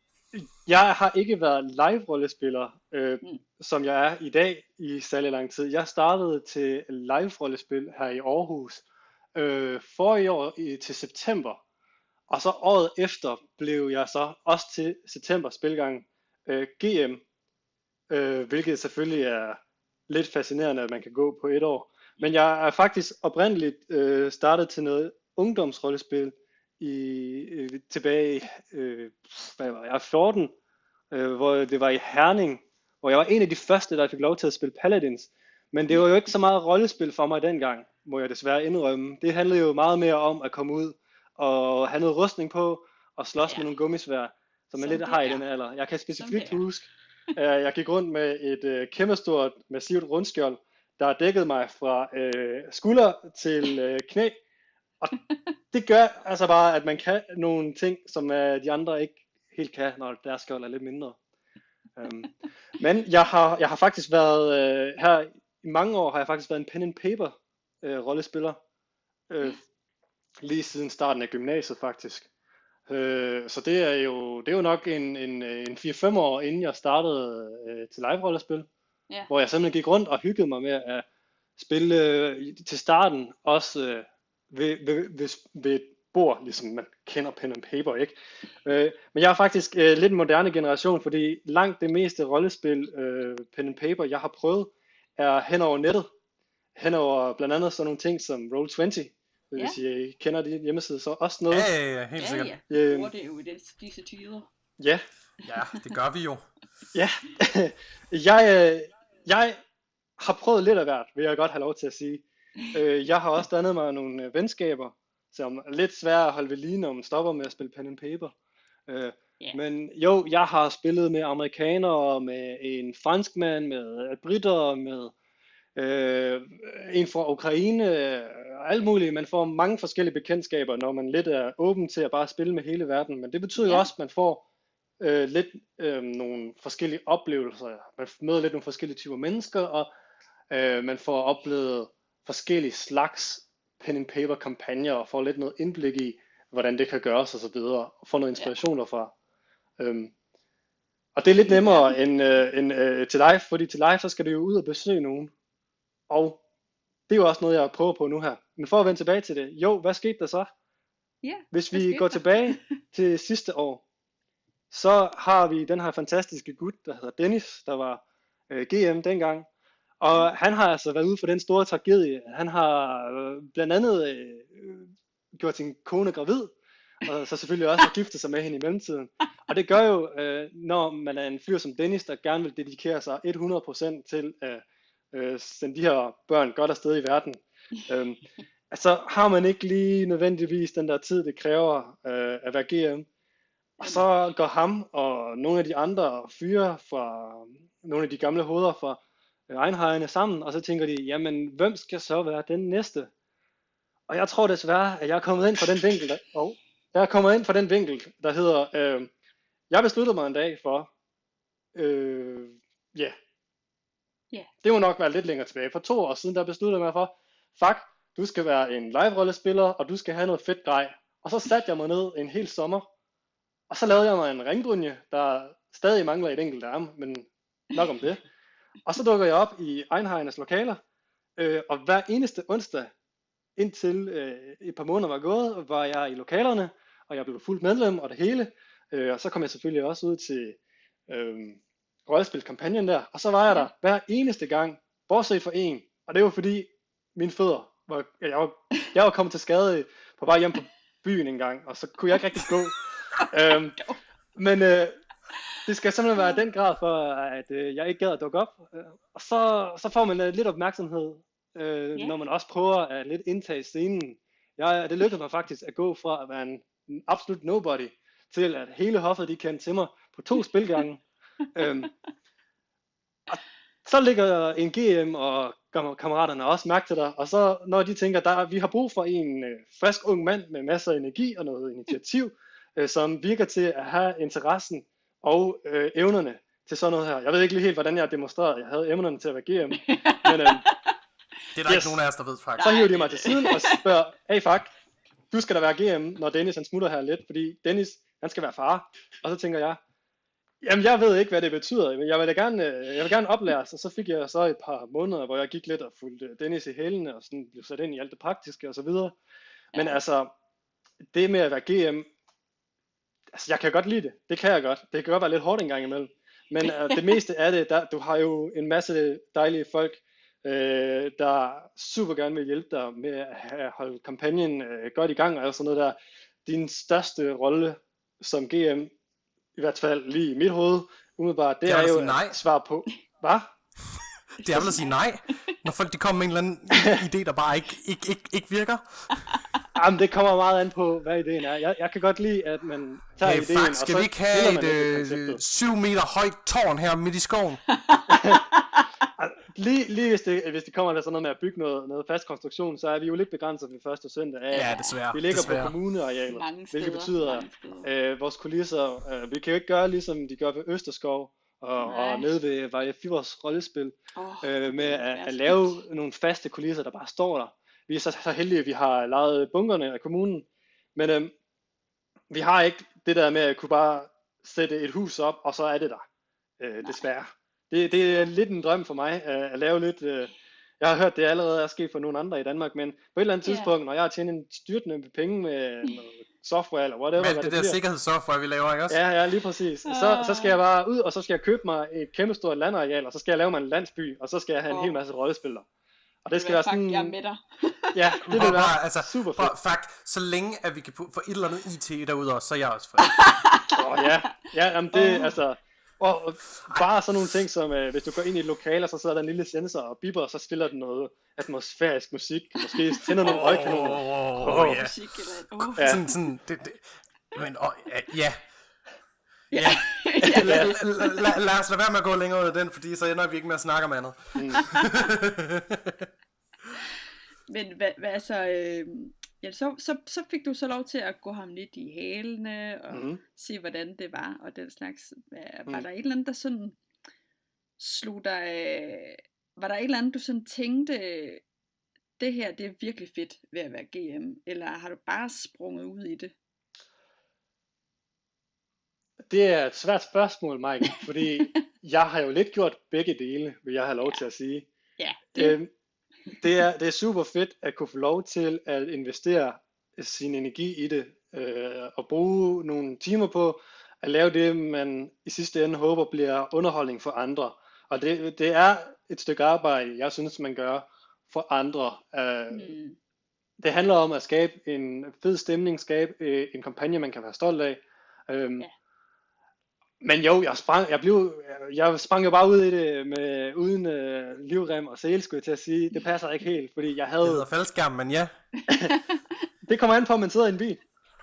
jeg har ikke været live-rollespiller, øh, Mm. som jeg er i dag i særlig lang tid. Jeg startede til live-rollespil her i Aarhus øh, forrige år i, til september. Og så året efter blev jeg så også til september spilgang øh, G M, øh, hvilket selvfølgelig er lidt fascinerende, at man kan gå på et år. Men jeg er faktisk oprindeligt øh, startet til noget ungdomsrollespil i, øh, tilbage i, øh, hvad var jeg, fjorten, øh, hvor det var i Herning, hvor jeg var en af de første, der fik lov til at spille Paladins. Men det var jo ikke så meget rollespil for mig dengang, må jeg desværre indrømme. Det handlede jo meget mere om at komme ud og have noget rustning på, og slås Ja. med nogle gummisvær, som man Som lidt det har i er. den alder. Jeg kan Som det specifikt er. huske, at jeg gik rundt med et øh, kæmpestort, massivt rundskjold, der dækkede mig fra øh, skulder til øh, knæ. Og det gør altså bare, at man kan nogle ting, som øh, de andre ikke helt kan, når deres skjold er lidt mindre. Um, men jeg har, jeg har faktisk været, øh, her i mange år har jeg faktisk været en pen and paper øh, rollespiller. Øh, lige siden starten af gymnasiet faktisk. Øh, så det er jo, det er jo nok en, en, en fire fem år inden jeg startede øh, til live-rollespil. Ja. Hvor jeg simpelthen gik rundt og hyggede mig med at spille øh, til starten også øh, ved, ved, ved, ved et bord, ligesom man kender pen and paper, ikke? Øh, men jeg er faktisk øh, lidt en moderne generation, fordi langt det meste rollespil, øh, pen and paper, jeg har prøvet, er hen over nettet. Hen over blandt andet sådan nogle ting som roll tyve. Ja. Hvis I kender de hjemmeside, så også noget. Ja, ja, ja, helt Ja, sikkert. ja. Øhm. Vi bruger det jo i den- disse tider. Ja, Ja, det gør vi jo. ja. jeg, øh, jeg har prøvet lidt af hvert, vil jeg godt have lov til at sige. Øh, jeg har også dannet mig nogle øh, venskaber, som er lidt svære at holde ved lige, når man stopper med at spille pen and paper. Øh, Ja. Men jo, jeg har spillet med amerikanere, med en franskmand, med øh, britter, med øh, en fra Ukraine, øh, og alt muligt. Man får mange forskellige bekendtskaber, når man lidt er åben til at bare spille med hele verden. Men det betyder jo Ja. også, at man får øh, lidt øh, nogle forskellige oplevelser. Man møder lidt nogle forskellige typer mennesker, og øh, man får oplevet forskellige slags pen and paper kampagner, og får lidt noget indblik i, hvordan det kan gøres og så videre, og får noget inspiration derfra. Øhm, og det er lidt nemmere end, øh, end øh, til live, fordi til live, så skal du jo ud og besøge nogen. Og det er jo også noget, jeg prøver på nu her. Men for at vende tilbage til det, jo, hvad skete der så? Ja, Hvis hvad vi skete går der? tilbage til sidste år, så har vi den her fantastiske gut, der hedder Dennis, der var øh, G M dengang. Og han har altså været ude for den store tragedie. Han har øh, blandt andet øh, gjort sin kone gravid, og så selvfølgelig også har giftet sig med hende i mellemtiden. Og det gør jo, øh, når man er en fyr som Dennis, der gerne vil dedikere sig hundrede procent til at øh, sende de her børn godt afsted i verden. øhm, altså har man ikke lige nødvendigvis den der tid, det kræver øh, at være G M. Og så går ham og nogle af de andre fyre fra nogle af de gamle hoveder fra egenhejerne sammen, og så tænker de, jamen hvem skal så være den næste? Og jeg tror desværre, at jeg er kommet ind fra den vinkel, der, oh, jeg er kommet ind fra den vinkel, der hedder, øh, jeg besluttede mig en dag for, øh, ja, yeah. Ja. det må nok være lidt længere tilbage. For to år siden, der besluttede jeg mig for, fuck, du skal være en live-rollespiller, og du skal have noget fedt grej. Og så satte jeg mig ned en hel sommer, og så lavede jeg mig en ringbrynje, der stadig mangler et enkelt arm, men nok om det. Og så dukker jeg op i egenhejernes lokaler, øh, og hver eneste onsdag, indtil øh, et par måneder var gået, var jeg i lokalerne, og jeg blev fuldt medlem og det hele. Øh, og så kom jeg selvfølgelig også ud til øh, rollespilkampagnen der, og så var jeg der hver eneste gang, bortset for en. Og det var fordi mine fødder, var, jeg, var, jeg var kommet til skade på vej hjem på byen en gang, og så kunne jeg ikke rigtig gå. øhm, men øh, det skal simpelthen være den grad for, at øh, jeg ikke gad at dukke op. Øh, og så, så får man øh, lidt opmærksomhed, øh, Yeah. når man også prøver at lidt indtage scenen. Jeg, det lykkedes mig faktisk at gå fra at være en, en absolut nobody, til at hele hoffet de kendte til mig på to spilgange. øhm, og så ligger en G M og kammeraterne også mærke til dig, og så når de tænker, der vi har brug for en øh, frisk ung mand med masser af energi og noget initiativ, øh, som virker til at have interessen og øh, evnerne til sådan noget her. Jeg ved ikke lige helt, hvordan jeg demonstrerede. Jeg havde emnerne til at være G M. Men øhm, Det er der yes. ikke nogen af os, der ved faktisk. Så hiver de mig til siden og spørger, hey fuck, du skal da være G M, når Dennis han smutter her lidt, fordi Dennis, han skal være far. Og så tænker jeg, jamen jeg ved ikke, hvad det betyder, men jeg vil da gerne, jeg vil gerne oplæres. Og så fik jeg så et par måneder, hvor jeg gik lidt og fulgte Dennis i hælene, og sådan blev sat ind i alt det praktiske og så videre. Men Ja. altså, det med at være G M, altså jeg kan godt lide det, det kan jeg godt. Det kan godt være lidt hårdt en gang imellem. Men uh, det meste af det, der, du har jo en masse dejlige folk, øh, der super gerne vil hjælpe dig med at have- holde kampagnen øh, godt i gang og sådan noget der. Din største rolle som G M, i hvert fald lige i mit hoved, umiddelbart, det Det er er at jo sige nej. at svare på. Hvad? Det er vel at sige nej, når folk de kommer med en eller anden idé, der bare ikke, ikke, ikke, ikke virker. Jamen, det kommer meget an på, hvad ideen er. Jeg, jeg kan godt lide, at man tager Hey, ideen, fuck, og skal så vi ikke spiller have man et lidt med øh, konceptet. syv meter højt tårn her midt i skoven? Altså, Lige, lige hvis, det, hvis det kommer til sådan noget med at bygge noget, noget fast konstruktion, så er vi jo lidt begrænset ved første søndag af, Ja, desværre. vi ligger desværre. på kommunearealet, Mange steder. hvilket betyder, mange steder. øh, vores kulisser, øh, vi kan jo ikke gøre ligesom de gør ved Østerskov, og, Nej. og nede ved Vaje Fibers rollespil, Åh, øh, med det er at, at værst. lave nogle faste kulisser, der bare står der. Vi er så, så heldige, at vi har lejet bunkerne af kommunen, men øh, vi har ikke det der med at kunne bare sætte et hus op, og så er det der, øh, desværre. Det, det er lidt en drøm for mig at, at lave lidt. Øh, jeg har hørt, det allerede er sket for nogle andre i Danmark, men på et eller andet Ja. tidspunkt, når jeg har tjent en styrtende med penge med noget software eller whatever, Med alt hvad det det der bliver. sikkerhedssoftware, vi laver, ikke også? Ja, ja, lige præcis. Så, så skal jeg bare ud, og så skal jeg købe mig et kæmpestort landareal, og så skal jeg lave mig en landsby, og så skal jeg have en Åh. hel masse rollespillere. Og det skal Ved være du hvad, fuck, jeg er sådan, med dig. ja, det vil Prøv være bare, altså, super prøv, fedt. fuck, så længe at vi kan pu- få et eller andet I T derude også, så er jeg også fri. Åh, oh, ja, ja, jamen det, altså, og, og bare sådan nogle ting som, øh, hvis du går ind i et lokale, og så sidder der en lille sensor og bipper, og så spiller den noget atmosfærisk musik, måske tænder nogle røgkanoner. Åh, Åh. ja. Musik eller... Uh. Ja. Sådan, sådan, det, det, men, åh, ja, ja. Ja. Ja, lad, lad, lad, lad os lade være med at gå længere ud af den, fordi så ender vi ikke med at snakke om andet. Men hvad, hvad altså, øh, ja, så, så, så fik du så lov til at gå ham lidt i hælene og Mhm. se, hvordan det var, og den slags. Var, var Mm. der et eller andet, der sådan slog dig, øh, var der et eller andet, du sådan tænkte, det her, det er virkelig fedt ved at være G M, eller har du bare sprunget ud i det? Det er et svært spørgsmål, Michael, fordi jeg har jo lidt gjort begge dele, vil jeg have lov til at sige. Ja, det, Øhm, det, er, det er super fedt at kunne få lov til at investere sin energi i det, øh, og bruge nogle timer på at lave det, man i sidste ende håber bliver underholdning for andre. Og det, det er et stykke arbejde, jeg synes, man gør for andre. Øh, mm, Det handler om at skabe en fed stemning, skabe øh, en kampagne, man kan være stolt af. Øhm, Ja. Men jo, jeg sprang, jeg blev, jeg sprang jo bare ud i det med uden øh, livrem og sele, skulle jeg til at sige. Det passer ikke helt, fordi jeg Det havde. hedder faldskærm, men ja. Det kommer an på, om man sidder i en bil.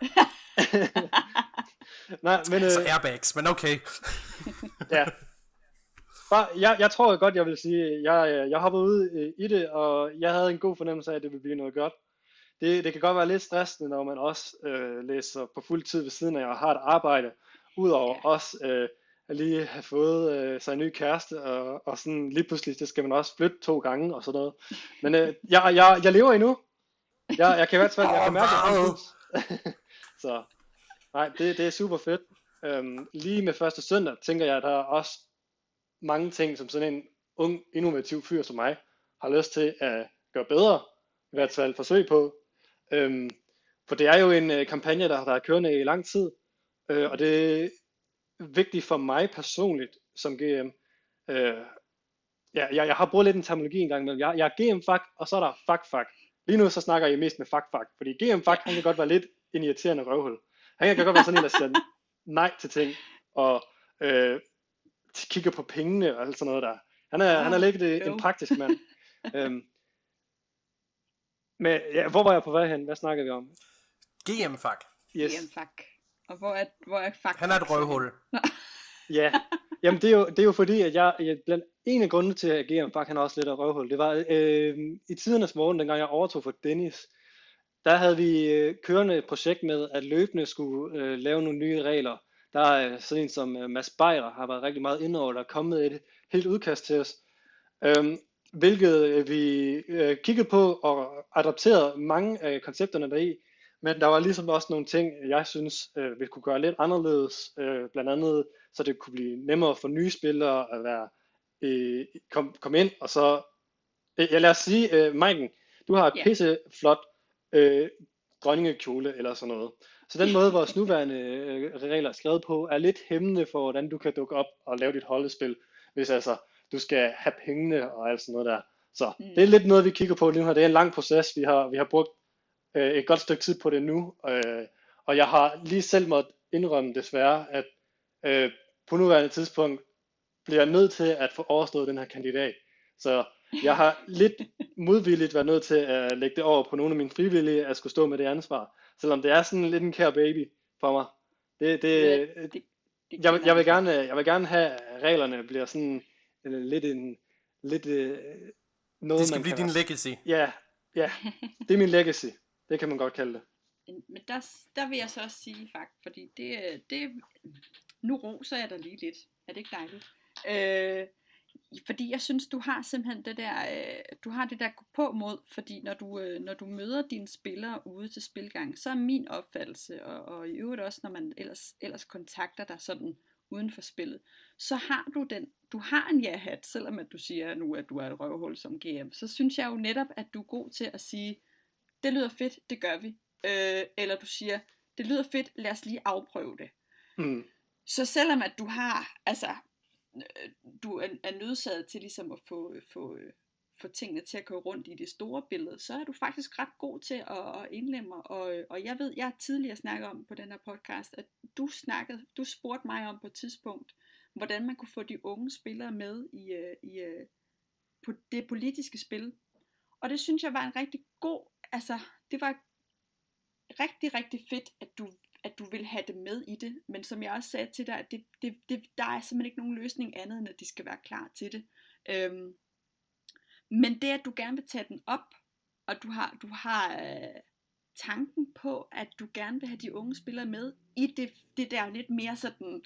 Nej, men Så øh, airbags, men okay. ja. Bare, jeg, jeg tror godt, jeg vil sige, jeg, øh, jeg hoppede ud øh, i det, og jeg havde en god fornemmelse af, at det ville blive noget godt. Det, det kan godt være lidt stressende, når man også øh, læser på fuld tid ved siden af og har et arbejde, udover Ja. også øh, at lige have fået øh, sig en ny kæreste, og, og sådan lige pludselig, det skal man også flytte to gange og sådan noget. Men øh, jeg, jeg, jeg lever endnu. Jeg, jeg kan i hvert fald, jeg kan mærke, at jeg har en puls. Så nej, det, det er super fedt. Øhm, lige med første søndag, tænker jeg, at der er også mange ting, som sådan en ung, innovativ fyr som mig, har lyst til at gøre bedre, i hvert fald forsøg på. Øhm, for det er jo en øh, kampagne, der har været kørende i lang tid, øh, og det er vigtigt for mig personligt som G M. Øh, ja, jeg, jeg har brugt lidt en terminologi en gang imellem. Jeg, jeg er G M-fak, og så er der fak-fak. Lige nu så snakker jeg mest med fak-fak, fordi G M-fak, han kan godt være lidt en irriterende røvhul. Han kan godt være sådan en, der siger nej til ting, og øh, kigger på pengene og alt sådan noget der. Han er, Ah, han er lidt øh, jo. en praktisk mand. øhm, men ja, hvor var jeg på vej hen? Hvad snakker vi om? G M-fak. Yes. G M-fak. Og hvor er, hvor er fak? Han er et røvhul. Ja, jamen det er jo, det er jo fordi, at jeg, jeg blandt en af grundene til, at G M faktisk han er også lidt af røvhul, det var øh, i tidernes morgen, dengang jeg overtog for Dennis, der havde vi øh, kørende et projekt med, at løbende skulle øh, lave nogle nye regler. Der er sådan en som Mads Beyer har været rigtig meget inde over, der er kommet et helt udkast til os, øhm, hvilket vi øh, kiggede på og adopterede mange af koncepterne deri, men der var ligesom også nogle ting, jeg synes, øh, vi kunne gøre lidt anderledes, øh, blandt andet, så det kunne blive nemmere for nye spillere at være, øh, kom, kom ind, og så, øh, jeg lad os sige, øh, Maiken, du har et Ja. pisse flot øh, dronningekjole eller sådan noget. Så den måde, vores nuværende øh, regler er skrevet på, er lidt hæmmende for, hvordan du kan dukke op og lave dit holdespil, hvis altså du skal have pengene og alt sådan noget der. Så Mm. det er lidt noget, vi kigger på nu her. Det er en lang proces. Vi har, vi har brugt øh, et godt stykke tid på det nu, øh, og jeg har lige selv måttet indrømme desværre, at øh, på nuværende tidspunkt bliver jeg nødt til at få overstået den her kandidat. Så jeg har lidt modvilligt været nødt til at lægge det over på nogle af mine frivillige, at skulle stå med det ansvar. Selvom det er sådan lidt en kær baby for mig. Det, det, Ja, det, det jeg, vil- jeg, vil kender gerne, jeg vil gerne have, at reglerne bliver sådan øh, lidt en... Lidt, øh, noget, Det skal man blive kan din være- legacy. Ja, ja, det er min legacy. Det kan man godt kalde det. Men men der, der vil jeg så også sige, faktisk, fordi det, det, nu roser jeg dig lige lidt. Er det ikke dejligt? Øh, fordi jeg synes, du har simpelthen det der, øh, du har det der gå på mod, fordi når du, øh, når du møder dine spillere ude til spilgang, så er min opfattelse, og, og i øvrigt også, når man ellers, ellers kontakter dig sådan uden for spillet, så har du den, du har en ja-hat, selvom at du siger nu, at du er et røvhul som G M, så synes jeg jo netop, at du er god til at sige, det lyder fedt, det gør vi. Øh, eller du siger, det lyder fedt, lad os lige afprøve det. Mm. Så selvom at du har, altså, øh, du er, er nødsaget til ligesom at få, få, få tingene til at gå rundt i det store billede, så er du faktisk ret god til at, at indlemme, og, og jeg ved, jeg har tidligere snakket om på den her podcast, at du snakkede, du spurgte mig om på et tidspunkt, hvordan man kunne få de unge spillere med i, i, på det politiske spil. Og det synes jeg var en rigtig god, altså, det var rigtig, rigtig fedt, at du, at du vil have det med i det, men som jeg også sagde til dig, at det, det, det, der er simpelthen ikke nogen løsning andet, end at de skal være klar til det. Øhm, men det, at du gerne vil tage den op, og du har, du har øh, tanken på, at du gerne vil have de unge spillere med i det, det der lidt mere sådan,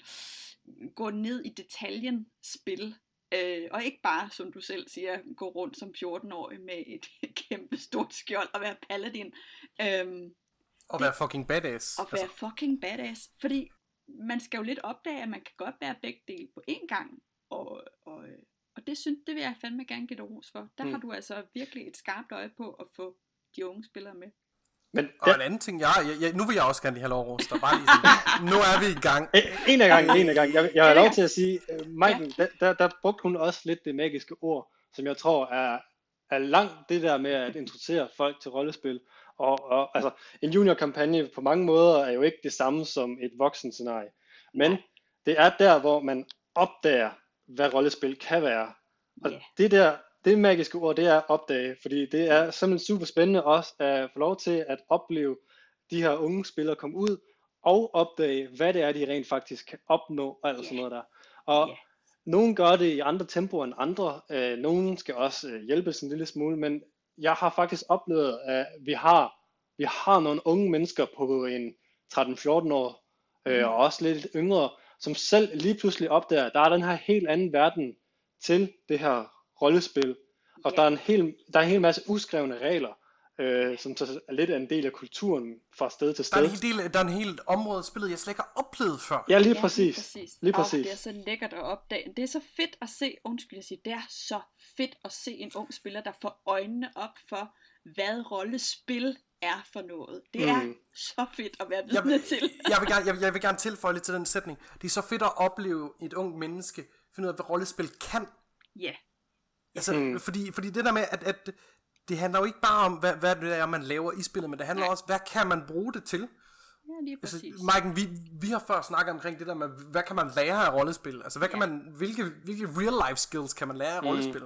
gå ned i detaljen spil, øh, og ikke bare, som du selv siger, gå rundt som fjorten-årig med et kæmpe stort skjold og være paladin. Øhm, Og være fucking badass. Og være fucking badass. Fordi man skal jo lidt opdage, at man kan godt være begge dele på én gang. Og, og, og det synes det vil jeg fandme gerne give dig ros for. Der mm. har du altså virkelig et skarpt øje på at få de unge spillere med. Men Og en anden ting, jeg, jeg, jeg, nu vil jeg også gerne lige have lov at rose dig. Bare lige sådan, nu er vi i gang. En af gangen, en af gangen. Jeg, jeg har En af lov gangen. til at sige, uh, Maiken, der, der, der brugte hun også lidt det magiske ord, som jeg tror er, er langt det der med at introducere folk til rollespil. Og, og altså, en junior-kampagne på mange måder er jo ikke det samme som et voksen-scenarie. Men det er der, hvor man opdager, hvad rollespil kan være. Og Ja. det der, det magiske ord, det er opdage, fordi det er simpelthen super spændende også at få lov til at opleve de her unge spillere komme ud og opdage, hvad det er, de rent faktisk kan opnå og alt sådan noget der. Og Ja. nogen gør det i andre tempoer end andre, øh, nogen skal også øh, hjælpes en lille smule, men jeg har faktisk oplevet, at vi har, vi har nogle unge mennesker på en tretten fjorten år, øh, Mm. og også lidt yngre, som selv lige pludselig opdager, at der er den her helt anden verden til det her rollespil, og Ja. der er en hel, der er en hel masse uskrevne regler, øh, som så er lidt af en del af kulturen fra sted til Der er sted. en hel del, der er en hel område af spillet, jeg slet ikke har oplevet før. Ja, lige Ja, præcis. præcis. Lige Og præcis. det er så lækkert at opdage. Det er så fedt at se, undskyld jeg siger, det er så fedt at se en ung spiller, der får øjnene op for, hvad rollespil er for noget. Det er Mm. så fedt at være Jeg, vidne til. jeg, vil gerne, jeg, jeg vil gerne tilføje lidt til den sætning. Det er så fedt at opleve et ung menneske finde ud af, hvad rollespil kan. Ja, Altså, Mm. fordi, fordi det der med, at, at det handler jo ikke bare om, hvad, hvad det er, man laver i spillet, men det handler Nej. også, hvad kan man bruge det til? ja lige Altså, præcis. Maiken, vi, vi har før snakket omkring det der med, hvad kan man lære af rollespil? Altså, hvad kan Ja. man, hvilke, hvilke real life skills kan man lære af Mm. rollespil?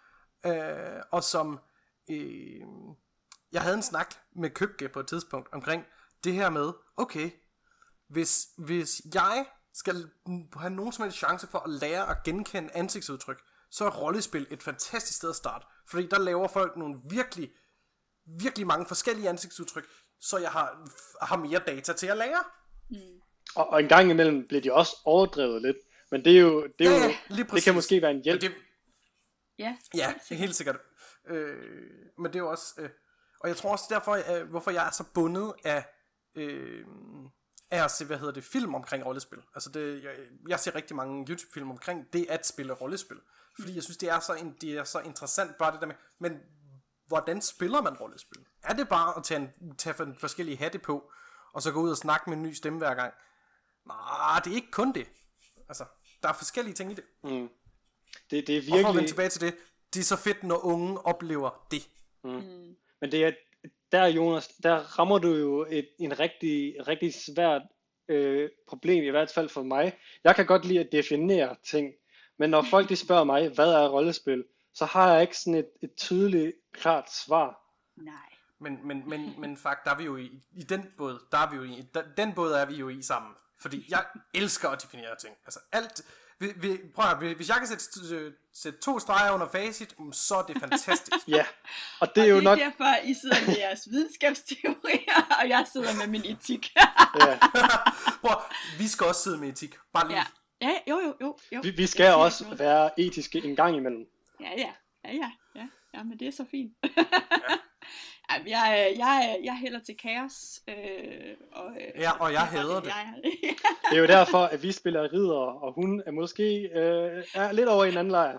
Ja, Øh, og som øh, jeg havde en snak med Købke på et tidspunkt omkring det her med, okay, hvis, hvis jeg skal have nogen som helst chance for at lære at genkende ansigtsudtryk, så er rollespil et fantastisk sted at starte. Fordi der laver folk nogle virkelig, virkelig mange forskellige ansigtsudtryk, så jeg har, har mere data til at lære. mm. Og, og en gang imellem bliver de også overdrevet lidt. Men det er jo, det, er Ja, jo, ja, lige det præcis. kan måske være en hjælp. Men det, Ja, ja, helt sikkert. Øh, men det er jo også... Øh, og jeg tror også derfor, øh, hvorfor jeg er så bundet af... Øh, af at se, hvad hedder det, film omkring rollespil. Altså det, jeg, jeg ser rigtig mange YouTube-film omkring det at spille rollespil. Fordi jeg synes, det er så, en, det er så interessant, bare det der med, men hvordan spiller man rollespil? Er det bare at tage, en, tage forskellige hatte på, og så gå ud og snakke med en ny stemme hver gang? Nej, det er ikke kun det. Altså, der er forskellige ting i det. Mm. Det, det er virkelig... Og for at vende tilbage til det, det er så fedt, når unge oplever det. Mm. Mm. Men det er, der Jonas, der rammer du jo et, en rigtig, rigtig svært øh, problem, i hvert fald for mig. Jeg kan godt lide at definere ting, men når folk de spørger mig, hvad er rollespil, så har jeg ikke sådan et, et tydeligt, klart svar. Nej. Men, men, men, men faktisk, der er vi jo i, i den båd, der er vi jo i, der, den båd er vi jo i sammen. Fordi jeg elsker at definere ting. Altså alt, vi, vi, prøv at høre, hvis jeg kan sætte, sætte to streger under facit, så er det fantastisk. Ja, og det er og jo det er nok... derfor, I sidder med jeres videnskabsteorier, og jeg sidder med min etik. Ja. Prøv, vi skal også sidde med etik, bare lige. Ja, ja jo, jo, jo. jo. Vi, vi skal også noget. være etiske en gang imellem. Ja, ja, ja, ja, ja, ja, men det er så fint. Ja. Jeg, jeg, jeg, jeg hælder til kaos. Øh, og, ja, og jeg hader det. Jeg, det er jo derfor, at vi spiller ridder, og hun er måske øh, er lidt over i en anden lejr.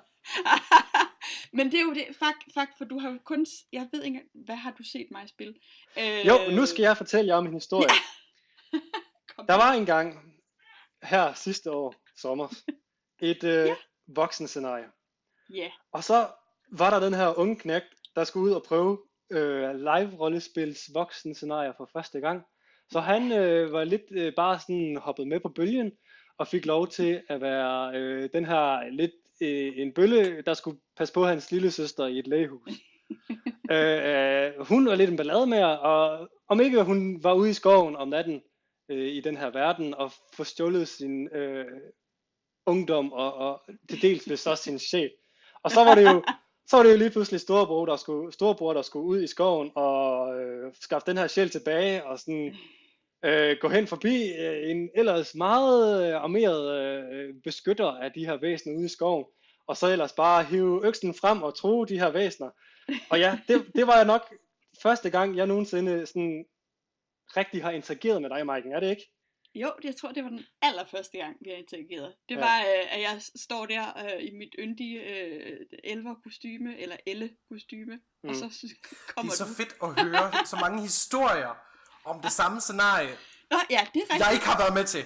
Men det er jo det, fuck, fuck, for du har jo kun, jeg ved ikke, hvad har du set mig spille? Øh, jo, nu skal jeg fortælle jer om en historie. Ja. Der var engang, her sidste år, sommer, et øh, ja. voksenscenarie. Ja. Yeah. Og så var der den her unge knægt, der skulle ud og prøve øh, live-rollespils voksenscenarier for første gang. Så han øh, var lidt øh, bare sådan hoppet med på bølgen, og fik lov til at være øh, den her lidt øh, en bølle, der skulle passe på hans lille søster i et lægehus. øh, øh, hun var lidt en ballade med, og om ikke hun var ude i skoven om natten øh, i den her verden, og få stjålet sin øh, ungdom, og, og til dels vist også sin sjæl. Og så var det jo Så var det jo lige pludselig storebror, der skulle, storebror, der skulle ud i skoven og øh, skaffe den her sjæl tilbage og sådan øh, gå hen forbi øh, en ellers meget øh, armeret øh, beskytter af de her væsener ude i skoven, og så ellers bare hive øksen frem og true de her væsener. Og ja, det, det var nok første gang, jeg nogensinde sådan rigtig har interageret med dig, Maiken, er det ikke? Jo, jeg tror, det var den allerførste gang, vi har interageret. Det var, ja. øh, at jeg står der øh, i mit yndige øh, elver-kostyme, eller elle-kostyme, mm. og så kommer Det er så du. fedt at høre så mange historier om det samme scenarie, Nå, ja, det er rigtigt. jeg ikke har været med til.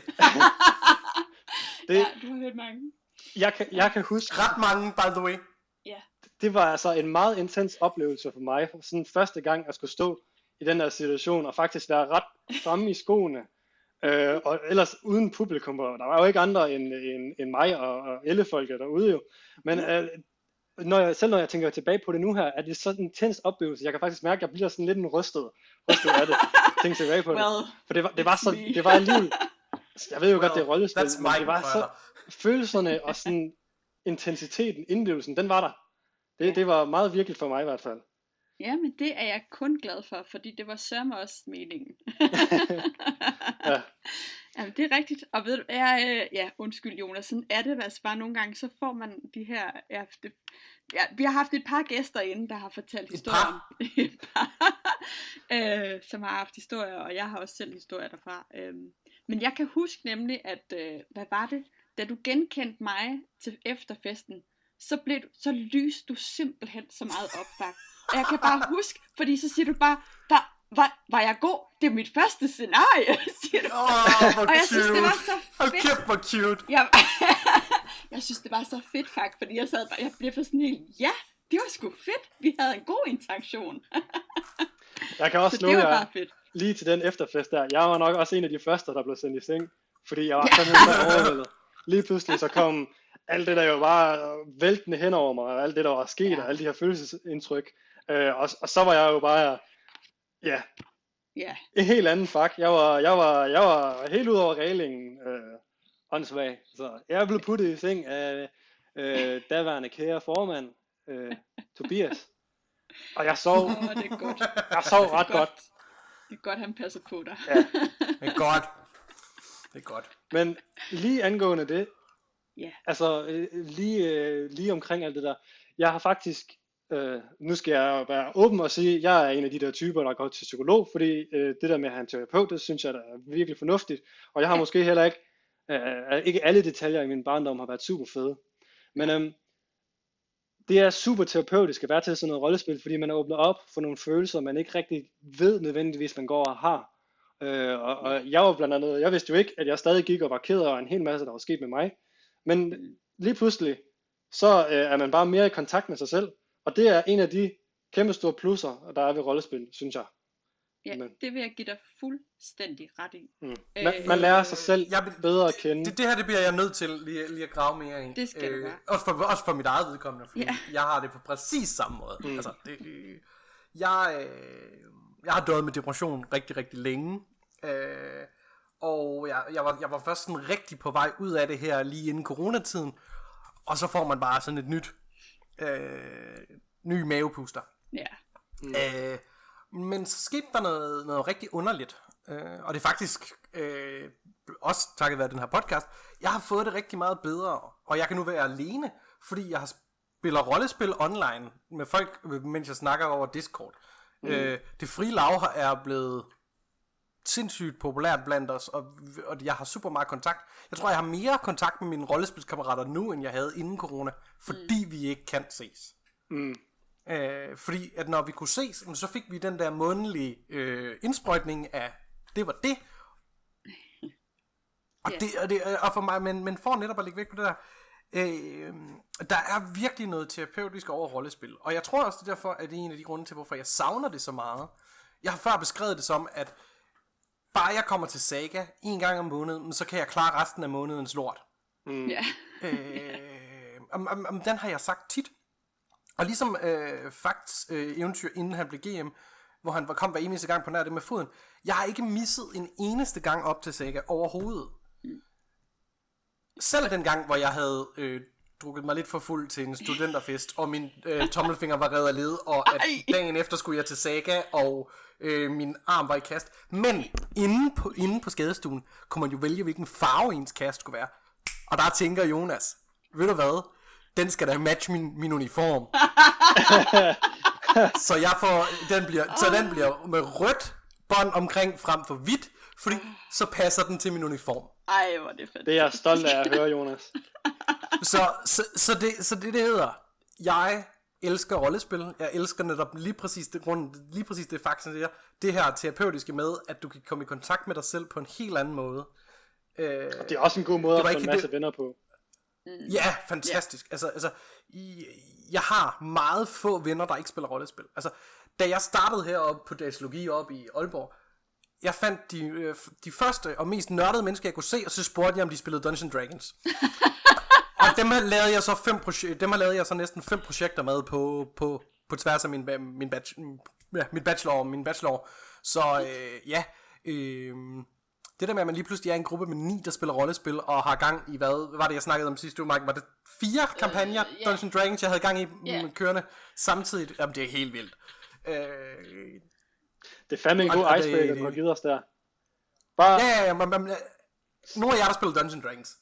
det, ja, du har hørt mange. Jeg kan, jeg kan huske... Ret mange, by the way. Ja. Det var altså en meget intens oplevelse for mig, sådan første gang at skulle stå i den her situation, og faktisk være ret fremme i skoene. Øh, og ellers uden publikum, der var jo ikke andre end, end, end mig og, og ellefolket derude jo, men øh, når jeg, selv når jeg tænker tilbage på det nu her, er det sådan en intens oplevelse, jeg kan faktisk mærke, at jeg bliver sådan lidt en rystet, rystet af det, tænker tilbage på det, well, for det var, det var så, det var alligevel, jeg ved jo well, godt, det er rollespil, men det var så, følelserne og sådan intensiteten, indlevelsen, den var der, det, ja. Det var meget virkeligt for mig i hvert fald. Ja, men det er jeg kun glad for, fordi det var sørme også meningen. Ja. Jamen, det er rigtigt. Og ved du, jeg, ja, undskyld Jonas, sådan er det altså bare nogle gange, så får man de her, ja, det, ja vi har haft et par gæster inde, der har fortalt historier, et par, øh, som har haft historier, og jeg har også selv historier derfra. Øh, men jeg kan huske nemlig, at, øh, hvad var det, da du genkendte mig til efterfesten, så, blev du, så lyste du simpelthen så meget op, og jeg kan bare huske, fordi så siger du bare, var, var, var jeg god? Det er mit første scenarie, siger du. Oh, og jeg cute. Synes, det var så fedt. Hold kæft, hvor cute. Jeg, jeg synes, det var så fedt, faktisk, fordi jeg sad bare, jeg blev for sådan helt, ja, det var sgu fedt. Vi havde en god interaktion. Jeg kan også så det var bare jer, fedt. Lige til den efterfest der, jeg var nok også en af de første, der blev sendt i seng, fordi jeg var simpelthen så overvældet. Lige pludselig så kom alt det der jo var væltende hen over mig, og alt det der var sket, ja. Og alle de her følelsesindtryk. Øh, og, og så var jeg jo bare, ja, yeah. en helt anden fak. Jeg var, jeg var, jeg var helt ud over reglingen, øh, åndssvag. Så jeg blev puttet i seng af øh, daværende kære formand, øh, Tobias. Og jeg sov, oh, det er godt. jeg sov ret det godt. godt. Det er godt, han passer på dig. Ja. Det er godt. Det er godt. Men lige angående det, Ja. altså øh, lige, øh, lige omkring alt det der, jeg har faktisk, øh, nu skal jeg være åben og sige, jeg er en af de der typer, der går til psykolog, fordi øh, det der med at have en terapeut, det synes jeg der er virkelig fornuftigt, og jeg har Ja. måske heller ikke, øh, ikke alle detaljer i min barndom har været super fede, men øh, det er super terapeutisk at være til sådan noget rollespil, fordi man er åbnet op for nogle følelser, man ikke rigtig ved nødvendigvis, man går og har. Øh, og, og jeg var blandt andet, jeg vidste jo ikke, at jeg stadig gik og var ked af en hel masse, der var sket med mig. Men lige pludselig, så øh, er man bare mere i kontakt med sig selv. Og det er en af de kæmpe store plusser, der er ved rollespil, synes jeg. Ja, Men, det vil jeg give dig fuldstændig ret i. mm. man, man lærer sig selv Jeg vil- bedre at kende. Det, det her det bliver jeg nødt til lige, lige at grave mere i. Det skal du gøre. Også for, også for mit eget vedkommende, fordi Ja. jeg har det på præcis samme måde. Mm. Altså, det, det, jeg, øh, jeg har døjet med depression rigtig, rigtig længe. Øh, og jeg, jeg, var, jeg var først sådan rigtig på vej ud af det her lige inden coronatiden. Og så får man bare sådan et nyt, øh, ny mavepuster. Ja. Mm. Øh, men så skete der noget, noget rigtig underligt. Øh, og det er faktisk øh, også takket være den her podcast. Jeg har fået det rigtig meget bedre. Og jeg kan nu være alene, fordi jeg har spiller rollespil online med folk, mens jeg snakker over Discord. Mm. Øh, det frie lav er blevet sindssygt populært blandt os, og, og jeg har super meget kontakt. Jeg tror, jeg har mere kontakt med mine rollespilskammerater nu, end jeg havde inden corona, fordi mm. vi ikke kan ses. Mm. Øh, fordi at når vi kunne ses, så fik vi den der månedlige øh, indsprøjtning af, det var det. Og, Yeah. det, og, det, og for mig, men, men for netop at lægge væk på det der, øh, der er virkelig noget terapeutisk over rollespil. Og jeg tror også, det er derfor, at det er en af de grunde til, hvorfor jeg savner det så meget. Jeg har før beskrevet det som, at bare jeg kommer til Saga en gang om måneden, så kan jeg klare resten af månedens lort. Mm. Ja. øh, om, om, om den har jeg sagt tit. Og ligesom øh, Fakts øh, eventyr, inden han blev G M, hvor han var kom hver eneste gang på nær det med foden. Jeg har ikke misset en eneste gang op til Saga overhovedet. Mm. Selv den gang, hvor jeg havde øh, drukket mig lidt for fuld til en studenterfest, og min øh, tommelfinger var revet af led, og at dagen efter skulle jeg til Saga, og øh, min arm var i kast. Men inde på, inde på skadestuen kunne man jo vælge, hvilken farve ens kast skulle være. Og der tænker Jonas, ved du hvad? Den skal da matche min, min uniform. så jeg får, den bliver, så den bliver med rødt bånd omkring frem for hvidt, fordi så passer den til min uniform. Ej, hvor er det fedt. Det er jeg stolt af at høre, Jonas. Så, så, så, det, så det, det hedder, jeg elsker rollespil. Jeg elsker netop lige præcis det grund, lige præcis det faktisk siger, det her terapeutiske med, at du kan komme i kontakt med dig selv på en helt anden måde. Øh, Det er også en god måde at få en masse det, venner på. Ja, fantastisk. Yeah. Altså, altså, jeg har meget få venner, der ikke spiller rollespil. Altså, da jeg startede heroppe på datalogi op i Aalborg, jeg fandt de, øh, de første og mest nørdede mennesker, jeg kunne se, og så spurgte jeg, om de spillede Dungeons and Dragons. Og dem har lavet jeg så fem proje- dem har lavet jeg så næsten fem projekter med på, på, på tværs af min, min, bach- ja, min bachelor min bachelor. Så øh, ja, øh, det der med, at man lige pludselig er en gruppe med ni, der spiller rollespil, og har gang i, hvad, hvad var det, jeg snakkede om sidste uge, Mike? Var det fire kampagner, uh, yeah. Dungeons and Dragons, jeg havde gang i yeah. kørende samtidig? Jamen, det er helt vildt. Øh, Det er fandme en god og- og det- icebreaker, det- du har givet os der. Bare, ja, ja, ja, man, man, nu er jeg, der spiller Dungeons and Dragons.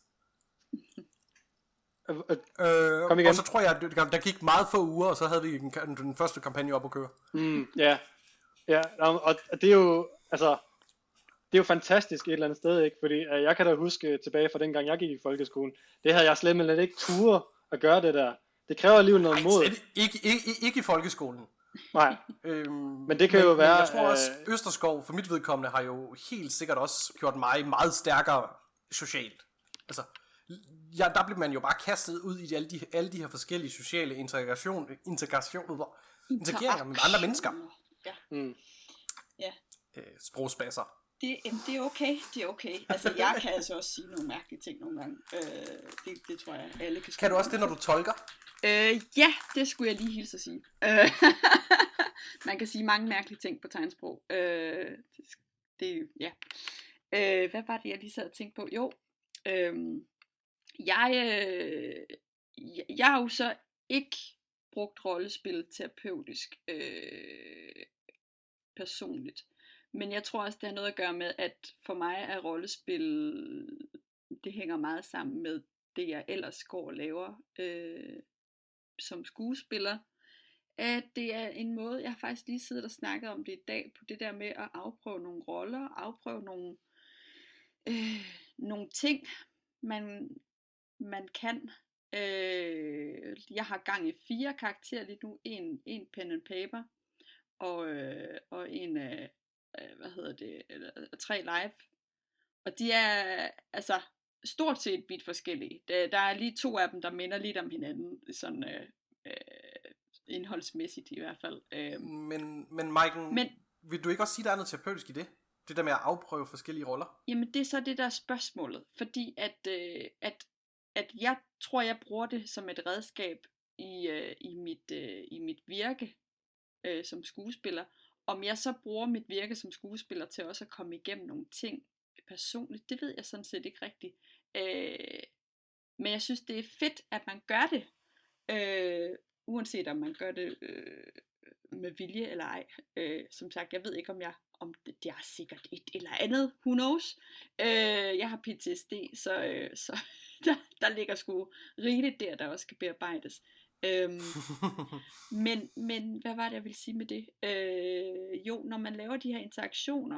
øh, øh, Øh, Kom igen. og så tror jeg, at der gik meget få uger, og så havde vi den, den første kampagne op at køre. mm, ja, ja, og og det er jo, altså, det er jo fantastisk et eller andet sted, ikke? Fordi øh, jeg kan da huske tilbage fra dengang jeg gik i folkeskolen, det havde jeg slet lidt ikke ture at gøre det der. Det kræver alligevel noget Ej, mod. slet ikke, ikke, ikke, ikke i folkeskolen. Nej, Øhm, Men det kan jo være, Men jeg tror også, øh, Østerskov for mit vedkommende har jo helt sikkert også gjort mig meget stærkere socialt. Altså, ja, der bliver man jo bare kastet ud i alle de, alle de her forskellige sociale integration, integration, integreringer med andre mennesker. Ja, mm, ja. Øh, sprogspasser. Det, jamen, det er okay, det er okay. Altså, jeg kan altså også sige nogle mærkelige ting nogle gange. Øh, det, det tror jeg, alle kan Kan du også det, når du tolker? Øh, ja, det skulle jeg lige hilse at sige. Øh, man kan sige mange mærkelige ting på tegnsprog. Øh, det, det, ja. Øh, hvad var det, jeg lige sad og tænkte på? Jo, øh, jeg, øh, jeg, jeg har jo så ikke brugt rollespil terapeutisk øh, personligt. Men jeg tror også, det har noget at gøre med, at for mig er rollespil, det hænger meget sammen med det, jeg ellers går og laver øh, som skuespiller. At det er en måde, jeg har faktisk lige siddet og snakket om det i dag, på det der med at afprøve nogle roller, afprøve nogle, øh, nogle ting, man, man kan. Øh, jeg har gang i fire karakterer lige nu, en, en pen and paper, og, øh, og en, øh, hvad hedder det, eller, tre live. Og de er altså stort set vidt forskellige. Der, der er lige to af dem, der minder lidt om hinanden, sådan øh, øh, indholdsmæssigt i hvert fald. Øh. Men, men Maiken, men, vil du ikke også sige, der er noget terapeutisk i det? Det der med at afprøve forskellige roller? Jamen det er så det der er spørgsmålet. Fordi at, øh, at, at jeg tror, jeg bruger det som et redskab i, øh, i, mit, øh, i mit virke øh, som skuespiller. Om jeg så bruger mit virke som skuespiller til også at komme igennem nogle ting personligt, det ved jeg sådan set ikke rigtigt. Øh, men jeg synes, det er fedt, at man gør det. Øh, uanset om man gør det øh, med vilje eller ej. Øh, som sagt, jeg ved ikke, om jeg om det, det er sikkert et eller andet. Who knows? Øh, jeg har P T S D, så, øh, så der, der ligger sgu rigeligt der, der også skal bearbejdes. Øhm, men, men hvad var det, jeg ville sige med det? Øh, jo, når man laver de her interaktioner,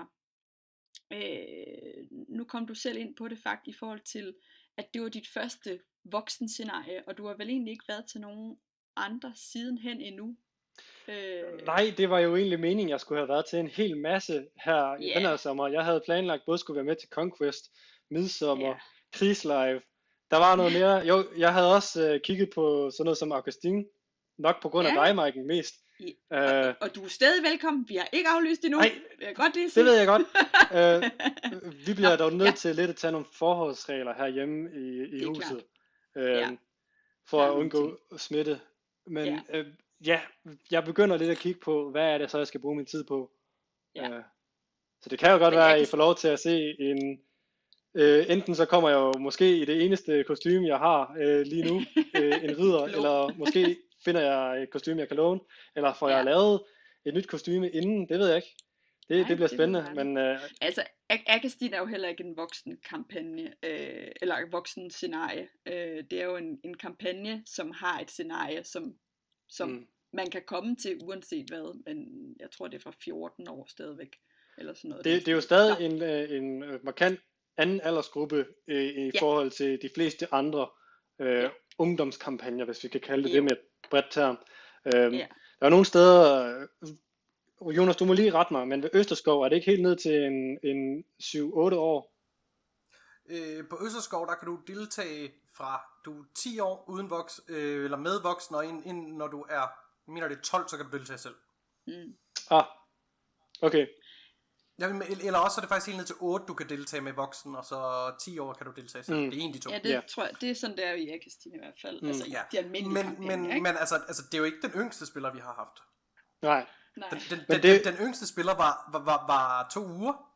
øh, nu kom du selv ind på det faktisk i forhold til, at det var dit første voksenscenarie, og du har vel egentlig ikke været til nogen andre sidenhen endnu? Øh... Nej, det var jo egentlig meningen, jeg skulle have været til en hel masse her i yeah. den her sommer. Jeg havde planlagt, både skulle være med til Conquest, Midsommer, yeah. Krigslive. Der var noget mere. Jo, jeg havde også øh, kigget på sådan noget som Augustine, nok på grund af yeah. dig, Maiken, mest. Yeah. Øh... Og, og du er stadig velkommen. Vi har ikke aflyst endnu. Nej, jeg godt det, det ved jeg godt. øh, vi bliver dog nødt ja. til lidt at tage nogle forholdsregler herhjemme i, i huset, øh, ja. for at undgå smitte. Men ja. Øh, ja, jeg begynder lidt at kigge på, hvad er det så, jeg skal bruge min tid på. Ja. Øh, så det kan jo godt Men være, at I får lov til at se en... Øh, enten så kommer jeg jo måske i det eneste kostume, jeg har øh, lige nu, øh, en ridder, eller måske finder jeg et kostume, jeg kan låne, eller får ja. jeg lavet et nyt kostume inden, det ved jeg ikke. Det, Nej, det bliver det spændende. Men, øh, altså, Augustine er jo heller ikke en voksen kampagne, øh, eller en voksen scenarie. Øh, det er jo en, en kampagne, som har et scenarie, som, som mm. man kan komme til uanset hvad, men jeg tror det er fra fjorten år stadigvæk, eller sådan noget. Det, det er jo stadig en, en, en markant anden aldersgruppe øh, i ja. forhold til de fleste andre øh, ja. ungdomskampagner, hvis vi kan kalde det ja. det med et bredt term. Øh, ja. Der er nogle steder, øh, Jonas, du må lige rette mig, men ved Østerskov er det ikke helt ned til en, en syv otte år? Øh, på Østerskov, der kan du deltage fra du er ti år uden voks, øh, eller med voksen, og ind, ind, når du er, jeg mener det er tolv, så kan du deltage selv. Mm. Ah, okay. Ja, eller også er det faktisk helt ned til otte, du kan deltage med voksen, og så ti år kan du deltage selv. Mm. Det er en de to. Ja, det yeah. tror jeg, det er sådan der i Augustine i hvert fald. Mm. Altså, ja. de almindelige men, men, men altså, altså, det er jo ikke den yngste spiller, vi har haft. Nej. Den, den, den, det... den, den yngste spiller var, var, var, var to uger.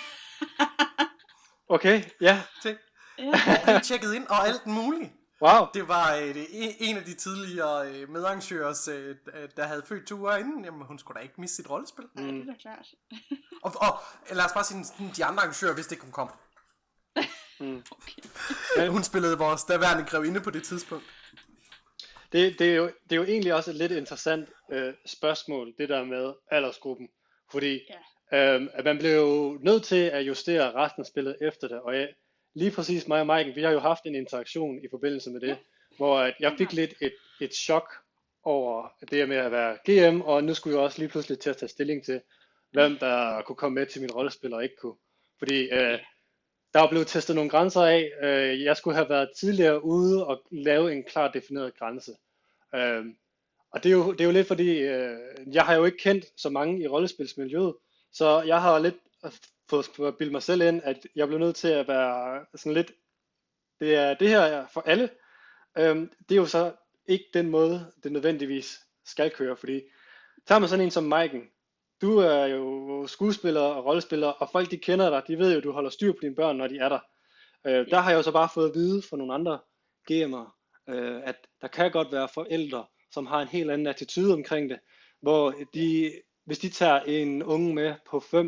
Okay, ja. Se. Ja. Tjekket ind, og alt muligt. Wow. Det var øh, det, en af de tidligere øh, medarrangører, øh, der havde født to uger inden. Jamen, hun skulle da ikke miste sit rollespil. Nej, mm. det er da klart. og, og lad os bare sige, de andre arrangører vidste ikke, hun kom. Mm. Okay. Hun spillede vores daværende grevinde på det tidspunkt. Det, det, er, jo, det er jo egentlig også et lidt interessant øh, spørgsmål, det der med aldersgruppen. Fordi yeah. øh, at man blev jo nødt til at justere resten af spillet efter det. Og jeg, lige præcis mig og Maiken, vi har jo haft en interaktion i forbindelse med det, ja. hvor at jeg fik lidt et, et chok over det med at være G M, og nu skulle jeg også lige pludselig til at tage stilling til, hvem der kunne komme med til min rollespil og ikke kunne. Fordi øh, der er blevet testet nogle grænser af. Øh, jeg skulle have været tidligere ude og lave en klart defineret grænse. Øh, og det er, jo, det er jo lidt fordi, øh, jeg har jo ikke kendt så mange i rollespilsmiljøet, så jeg har lidt fået at bilde mig selv ind, at jeg blev nødt til at være sådan lidt, det er det her for alle. Øhm, det er jo så ikke den måde, det nødvendigvis skal køre, fordi tager man sådan en som Maiken, du er jo skuespiller og rollespiller, og folk de kender dig, de ved jo, du holder styr på dine børn, når de er der. Øh, der har jeg jo så bare fået at vide fra nogle andre G M'er, øh, at der kan godt være forældre, som har en helt anden attitude omkring det, hvor de, hvis de tager en unge med på fem,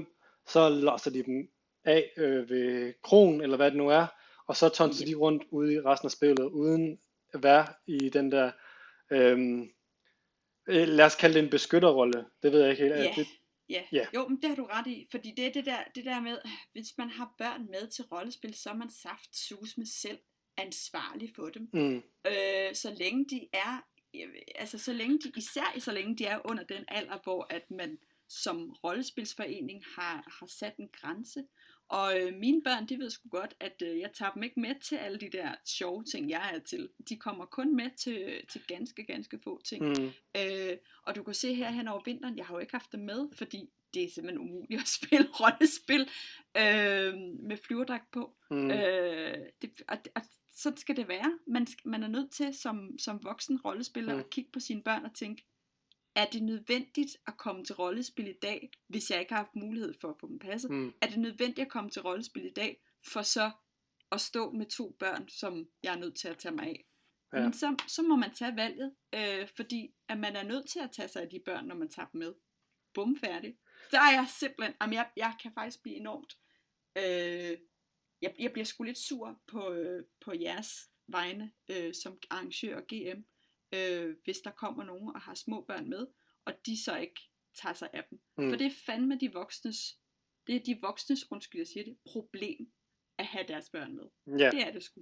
så losser de dem af øh, ved krogen, eller hvad det nu er, og så tonser Yep. de rundt ude i resten af spillet, uden at være i den der, øhm, øh, lad os kalde det en beskytterrolle, det ved jeg ikke helt. Ja, Det, ja. ja. Jo, men det har du ret i, fordi det er det der, det der med, hvis man har børn med til rollespil, så er man saftsus med selv ansvarlig for dem. Mm, Øh, så længe de er, altså så længe de, især så længe de er under den alder, hvor at man som rollespilsforening har, har sat en grænse. Og øh, mine børn, de ved sgu godt, at øh, jeg tager dem ikke med til alle de der sjove ting, jeg er til. De kommer kun med til, til ganske, ganske få ting. mm, Øh, og du kan se her hen over vinteren, jeg har jo ikke haft dem med, fordi det er simpelthen umuligt at spille rollespil øh, med flyverdragt på. mm, Øh, det, og, og så skal det være. Man, skal, man er nødt til som, som voksen rollespiller Mm. at kigge på sine børn og tænke, er det nødvendigt at komme til rollespil i dag, hvis jeg ikke har haft mulighed for at få dem passet? mm, Er det nødvendigt at komme til rollespil i dag, for så at stå med to børn, som jeg er nødt til at tage mig af? Ja. Men så, så må man tage valget, øh, fordi at man er nødt til at tage sig af de børn, når man tager dem med. Bum, færdig. Så er jeg simpelthen, jamen jeg, jeg kan faktisk blive enormt, øh, jeg, jeg bliver sgu lidt sur på, øh, på jeres vegne, øh, som arrangør og G M, øh, hvis der kommer nogen og har små børn med, og de så ikke tager sig af dem. Mm. For det er fandme de voksnes, det er de voksnes, undskyld jeg siger det, problem at have deres børn med. ja. Det er det sgu.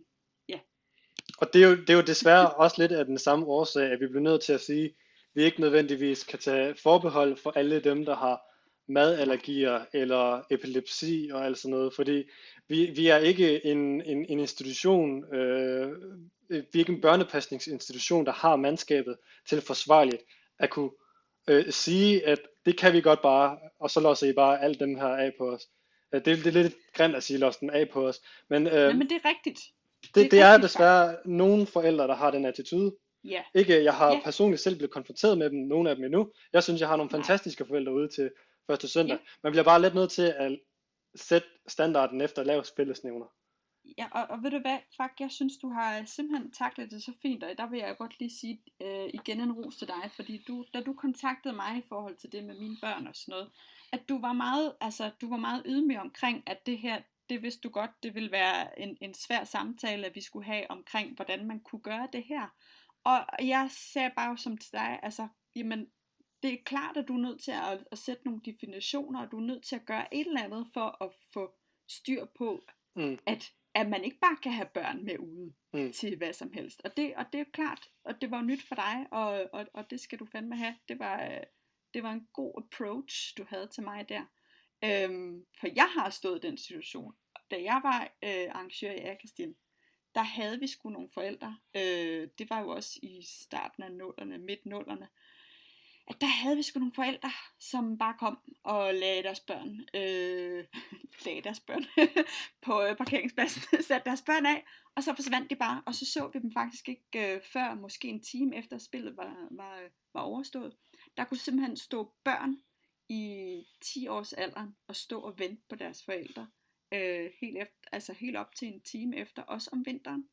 Og det er, jo, det er jo desværre også lidt af den samme årsag, at vi bliver nødt til at sige, at vi ikke nødvendigvis kan tage forbehold for alle dem, der har madallergier eller epilepsi og alt sådan noget, fordi vi, vi er ikke en, en, en institution, øh, vi er ikke en børnepasningsinstitution, der har mandskabet til forsvarligt at kunne øh, sige, at det kan vi godt bare, og så låser I bare alt dem her af på os. Det, det er lidt grimt at sige, lås dem af på os, men, øh, Nej, men det er rigtigt. det, det er rigtigt, desværre nogle forældre, der har den attitude. Ja. Ikke, jeg har Ja. personligt selv blevet konfronteret med dem, nogle af dem endnu. Jeg synes, jeg har nogle Nej. fantastiske forældre ude til første søndag. Ja. Man bliver bare lidt nødt til at sætte standarden efter lav spillesnævner. Ja, og, og ved du hvad, fuck, jeg synes, du har simpelthen taklet det så fint, og der vil jeg godt lige sige øh, igen en ros til dig, fordi du, da du kontaktede mig i forhold til det med mine børn og sådan noget, at du var meget, altså, du var meget ydmyg omkring, at det her, det vidste du godt, det ville være en, en svær samtale, at vi skulle have omkring, hvordan man kunne gøre det her. Og jeg sagde bare som til dig, altså, jamen, det er klart, at du er nødt til at, at sætte nogle definitioner, og du er nødt til at gøre et eller andet for at få styr på, Mm. at, at man ikke bare kan have børn med ude Mm. til hvad som helst. Og det, og det er jo klart, og det var nyt for dig, og, og, og det skal du fandme have. Det var, øh, det var en god approach, du havde til mig der. Øhm, for jeg har stået i den situation. Da jeg var øh, arrangør i Akastien, der havde vi sgu nogle forældre. Øh, det var jo også i starten af nullerne, midt nullerne. At der havde vi sgu nogle forældre, som bare kom og lagde deres børn, øh, lagde deres børn på øh, parkeringspladsen, satte deres børn af, og så forsvandt de bare, og så så vi dem faktisk ikke øh, før, måske en time efter spillet var, var, var overstået. Der kunne simpelthen stå børn i ti års alderen og stå og vente på deres forældre, øh, helt, efter, altså helt op til en time efter, også om vinteren.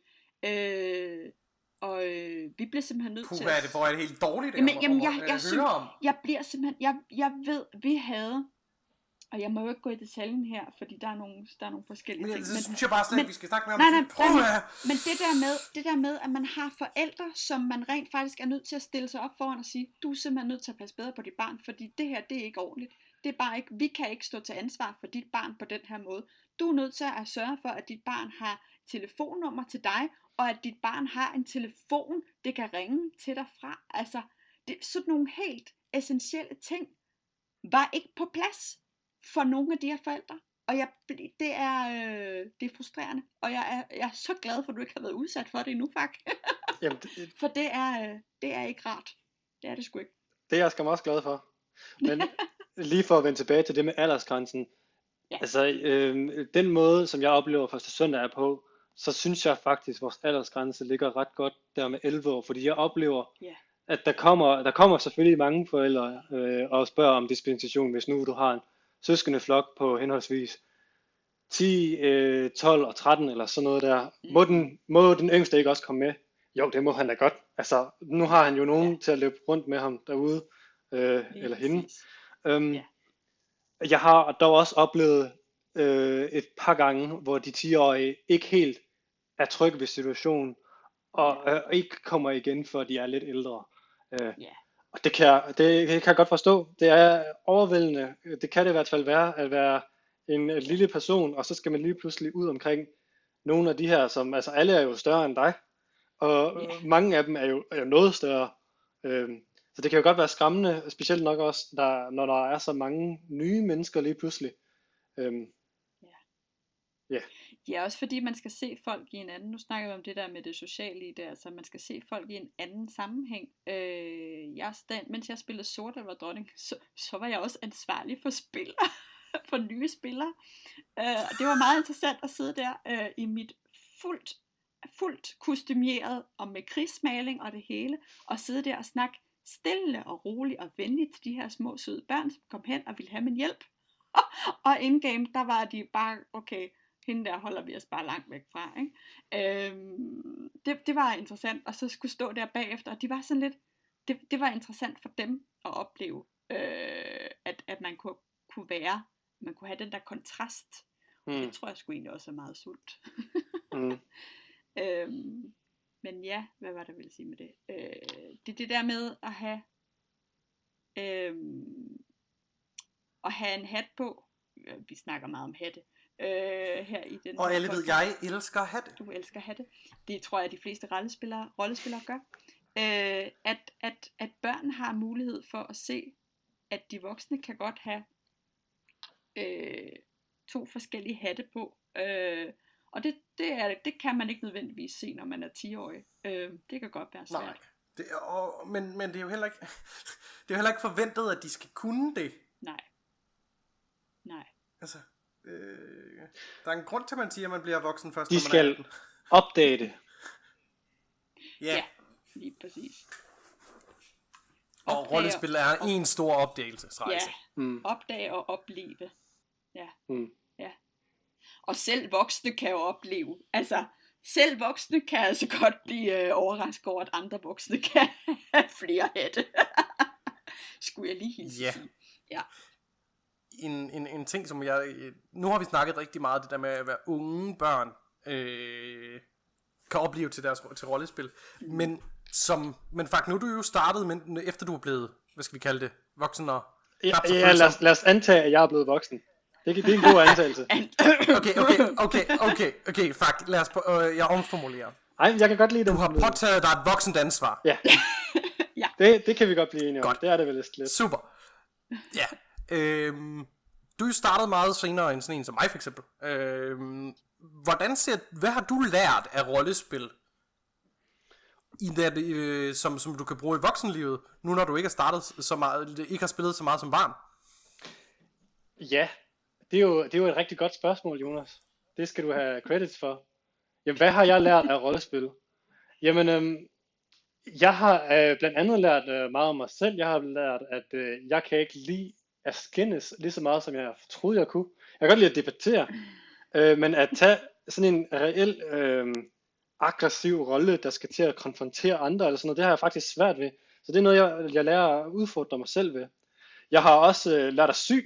Øh, Og øh, vi bliver simpelthen nødt Puh, til hvad er det, hvor er det helt dårligt, Jamen, at, jamen, at, jeg, at jeg, synes, høre om? jeg bliver simpelthen, jeg, jeg ved, vi havde, og jeg må jo ikke gå i detaljen her, fordi der er nogle, der er nogle forskellige Men ting. så synes jeg bare slet, men- at vi skal snakke mere om Nej, nej, det. nej, Puh, nej. ja. Men det der, med, det der med, at man har forældre, som man rent faktisk er nødt til at stille sig op foran og sige, du er simpelthen nødt til at passe bedre på dit barn, fordi det her, det er ikke ordentligt. Det er bare ikke, vi kan ikke stå til ansvar for dit barn på den her måde. Du er nødt til at sørge for, at dit barn har telefonnummer til dig, og at dit barn har en telefon, det kan ringe til dig fra. Altså, det, sådan nogle helt essentielle ting var ikke på plads for nogle af de her forældre. Og jeg, det, er, øh, det er frustrerende, og jeg er, jeg er så glad for, at du ikke har været udsat for det endnu, faktisk. Jamen, det, For det er, øh, det er ikke rart. Det er det sgu ikke. det er jeg skam også glad for. Men lige for at vende tilbage til det med aldersgrænsen. Ja. Altså, øh, den måde, som jeg oplever første søndag er på, så synes jeg faktisk, at vores aldersgrænse ligger ret godt der med elleve år. Fordi jeg oplever, Ja. at der kommer, der kommer selvfølgelig mange forældre øh, og spørger om dispensation, hvis nu du har en søskende flok på henholdsvis ti, øh, tolv og tretten eller sådan noget der. Må den, må den yngste ikke også komme med? Jo, det må han da godt. Altså, nu har han jo nogen Ja. til at løbe rundt med ham derude, øh, Lige eller hende. præcis. Øhm, Ja. Jeg har dog også oplevet øh, et par gange, hvor de ti-årige ikke helt er trygge ved situationen, og øh, ikke kommer igen, for de er lidt ældre. Øh, Ja. og det kan, jeg, det, det kan jeg godt forstå. Det er overvældende. Det kan det i hvert fald være, at være en øh, lille person, og så skal man lige pludselig ud omkring nogle af de her, som altså alle er jo større end dig, og Ja. mange af dem er jo, er jo noget større. Øh, så det kan jo godt være skræmmende, specielt nok også, der, når der er så mange nye mennesker lige pludselig. Øh, Ja, også fordi man skal se folk i en anden, nu snakker vi om det der med det sociale i det, altså man skal se folk i en anden sammenhæng. Øh, jeg stand, mens jeg spillede Sort og var dronning, så, så var jeg også ansvarlig for spillere, for nye spillere. Øh, og det var meget interessant at sidde der øh, i mit fuldt, fuldt kostymeret og med krigsmaling og det hele, og sidde der og snakke stille og roligt og venligt til de her små søde børn, som kom hen og ville have min hjælp. Og in-game, der var de bare, okay, hende der holder vi os bare langt væk fra, ikke? Øhm, det, det var interessant, og så skulle stå der bagefter, og de var sådan lidt, det, det var interessant for dem at opleve, øh, at, at man kunne, kunne være, man kunne have den der kontrast, mm, det tror jeg sgu egentlig også er meget sundt. mm, øhm, men ja, hvad var det, jeg ville sige med det? Øh, det er det der med at have, øh, at have en hat på, vi snakker meget om hatte, Øh, her i den Og her alle ved, podcast. jeg elsker hatte. Du elsker hatte. Det tror jeg, de fleste rollespillere, rollespillere gør. Øh, at, at, at børn har mulighed for at se, at de voksne kan godt have øh, to forskellige hatte på. Øh, og det, det, er, det kan man ikke nødvendigvis se, når man er ti-årig. Øh, det kan godt være svært. Nej. Det, er- og, men, men det er jo heller ikke, det er jo heller ikke forventet, at de skal kunne det. Nej. Nej. Altså, øh, der er en grund til, at man siger, at man bliver voksen først, De når man er skal atten. opdage det. Ja, Ja, lige præcis. og Opdage- rollespil er en stor opdagelsesrejse. Ja, Mm, opdage og opleve. Ja. mm. Ja. Og selv voksne kan jo opleve. Altså, selv voksne kan altså godt blive øh, overrasket over, at andre voksne kan have flere hatte. Skulle jeg lige hilse Ja. sige. Ja. En, en, en ting, som jeg... Nu har vi snakket rigtig meget det der med at være unge børn øh, kan opleve til deres til rollespil. Mm. Men som men faktisk nu er du jo startet, men efter du er blevet, hvad skal vi kalde det, voksen og Ja, knap så ja, lad, os, følsom. lad os antage, at jeg er blevet voksen. Det, det er en god antagelse. Okay, okay, okay, okay, okay, fuck, lad os på, øh, jeg omformulerer. Ej, jeg kan godt lide Du den. har påtaget dig et voksent ansvar. Ja. Ja. Det, det kan vi godt blive enige om. Godt. Det er det vel lidt. Super. Ja. Øhm, du er jo startet meget senere end sådan en som mig for eksempel. Øhm, hvordan ser, hvad har du lært af rollespil? I det, øh, som, som du kan bruge i voksenlivet, nu når du ikke har startet så meget, ikke har spillet så meget som barn? Ja, det er, jo, det er jo et rigtig godt spørgsmål, Jonas. Det skal du have credits for. Jamen, hvad har jeg lært af rollespil? Jamen, øhm, jeg har øh, blandt andet lært øh, meget om mig selv. Jeg har lært, at øh, jeg kan ikke lide at skændes lige så meget, som jeg troede, jeg kunne. Jeg kan godt lide at debattere, øh, men at tage sådan en reel øh, aggressiv rolle, der skal til at konfrontere andre, eller sådan noget, det har jeg faktisk svært ved. Så det er noget, jeg, jeg lærer at udfordre mig selv ved. Jeg har også øh, lært at sy.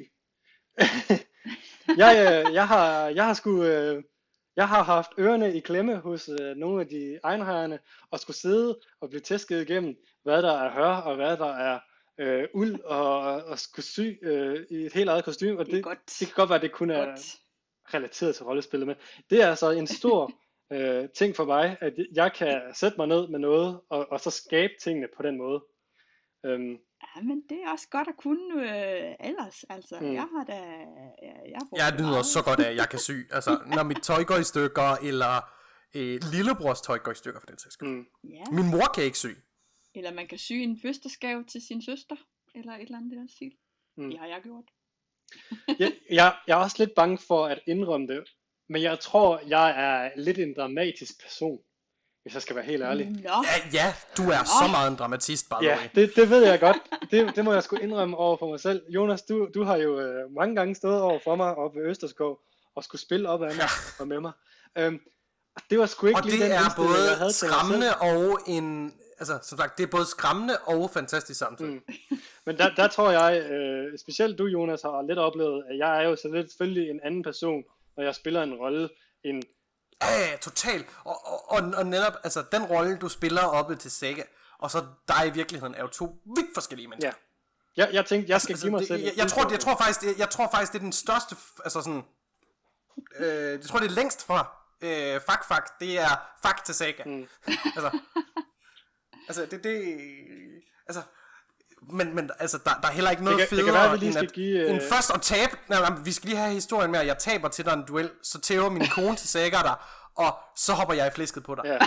jeg, øh, jeg har, jeg har sgu, øh, jeg har haft ørerne i klemme hos øh, nogle af de egenhejerne, og skulle sidde og blive tæsket igennem, hvad der er hør, og hvad der er øh, uld, og, og skulle sy øh, i et helt eget kostume, og Det er det, godt. det kan godt være, at det kun er Godt. relateret til rollespillet, men det er altså en stor øh, ting for mig, at jeg kan sætte mig ned med noget, og, og så skabe tingene på den måde. Øhm, Ja, men det er også godt at kunne øh, ellers. Altså, Mm. jeg har da... Jeg, jeg, har brugt Jeg det nyder meget. så godt af, at jeg kan sy. Altså, når mit tøj går i stykker, eller øh, lillebrors tøj går i stykker for den sags skyld. mm, Ja. Min mor kan ikke sy. Eller man kan sy en fødselsdagsgave til sin søster, eller et eller andet i den stil. mm. Det har jeg gjort. jeg, jeg, jeg er også lidt bange for at indrømme det, men jeg tror, jeg er lidt en dramatisk person, hvis jeg skal være helt ærlig. Nå, Ja, ja, du er så meget en dramatist, by the Ja, way. det, det ved jeg godt. Det, det må jeg sgu indrømme over for mig selv. Jonas, du, du har jo øh, mange gange stået over for mig oppe ved Østerskov og skulle spille op af mig og med mig. Øhm, og det var sgu ikke Og lige det den er indstilling, jeg både havde til mig selv. skræmmende og en... altså, som sagt, det er både skræmmende og fantastisk samtidig. Mm. Men der, der tror jeg, øh, specielt du, Jonas, har lidt oplevet, at jeg er jo så lidt selvfølgelig en anden person, når jeg spiller en rolle, end... Ja, ja, totalt. Og, og, og, og netop, altså, den rolle, du spiller oppe til Saga, og så dig i virkeligheden, er jo to vidt forskellige mennesker. Ja. Jeg, jeg tænkte, jeg skal altså, give mig det, selv... Jeg, jeg, tror, jeg, tror faktisk, jeg, jeg tror faktisk, det er den største, altså sådan... Øh, jeg tror, det er længst fra øh, fak-fak, det er fak til Saga. Mm. altså, altså, det, det... Altså... Men, men altså, der, der er heller ikke noget det kan, federe, det kan være, vi lige end, skal at, give, end først at tabe. Nej, vi skal lige have historien med, at jeg taber til dig en duel, så tæver min kone til Saga der, og så hopper jeg i flæsket på dig. Ja.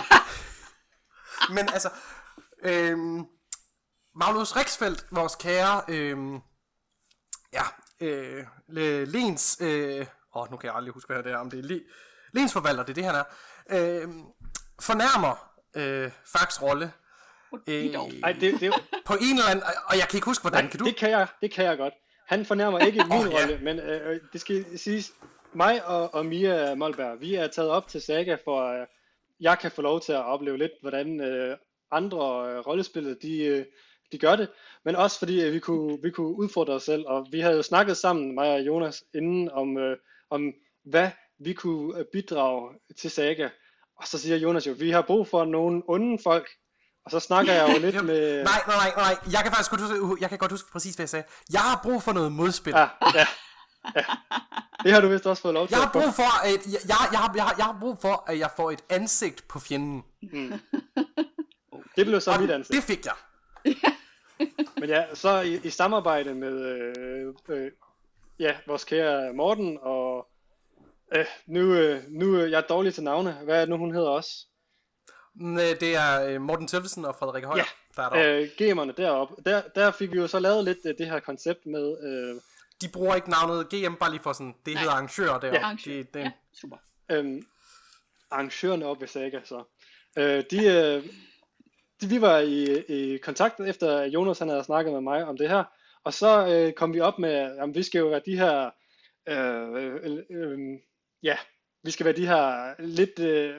Men altså, øhm, Magnus Rexfeldt, vores kære, øhm, ja, øh, Lens, øh, åh, nu kan jeg aldrig huske, hvad det er, om det er Le, Lens forvalter, det er det, han er, øh, fornærmer øh, Fax rolle. Øh, Ej, det, det, på en eller anden, og jeg kan ikke huske, hvordan. Nej, kan du? Det kan jeg, det kan jeg godt. Han fornærmer ikke min oh, rolle, ja. men øh, det skal siges, mig og, og Mia Molberg, vi er taget op til Saga, for øh, jeg kan få lov til at opleve lidt, hvordan øh, andre øh, rollespillere, de, øh, de gør det, men også fordi øh, vi, kunne, vi kunne udfordre os selv, og vi havde jo snakket sammen, mig og Jonas, inden om, øh, om hvad vi kunne bidrage til Saga, og så siger Jonas jo, vi har brug for nogle onde folk. Og så snakker jeg jo lidt med... Nej, nej, nej, nej. Jeg kan faktisk godt huske, jeg kan godt huske præcis, hvad jeg sagde. Jeg har brug for noget modspil. Ja, ja, ja. Det har du vist også fået lov til. Jeg har brug for, at jeg, jeg, jeg, har, jeg, har, jeg har brug for, at jeg får et ansigt på fjenden. Mm. Det blev så og mit ansigt. Det fik jeg. Men ja, så i, i samarbejde med øh, øh, ja, vores kære Morten, og øh, nu, øh, nu er jeg dårlig til navne. Hvad er det nu, hun hedder også? Det er Morten Tøllesen og Frederik Højer, ja, der er deroppe. Øh, gamerne deroppe. Der, der fik vi jo så lavet lidt uh, det her koncept med... Øh, de bruger ikke navnet G M, bare lige for sådan, det hedder arrangører deroppe. Ja, arrangør. de, det, ja super. Øhm, arrangørerne oppe ved Saga, så. Øh, de, øh, de, vi var i, i kontakt efter Jonas han havde snakket med mig om det her, og så øh, kom vi op med, at vi skal jo være de her... Øh, øh, øh, ja, vi skal være de her lidt... Øh,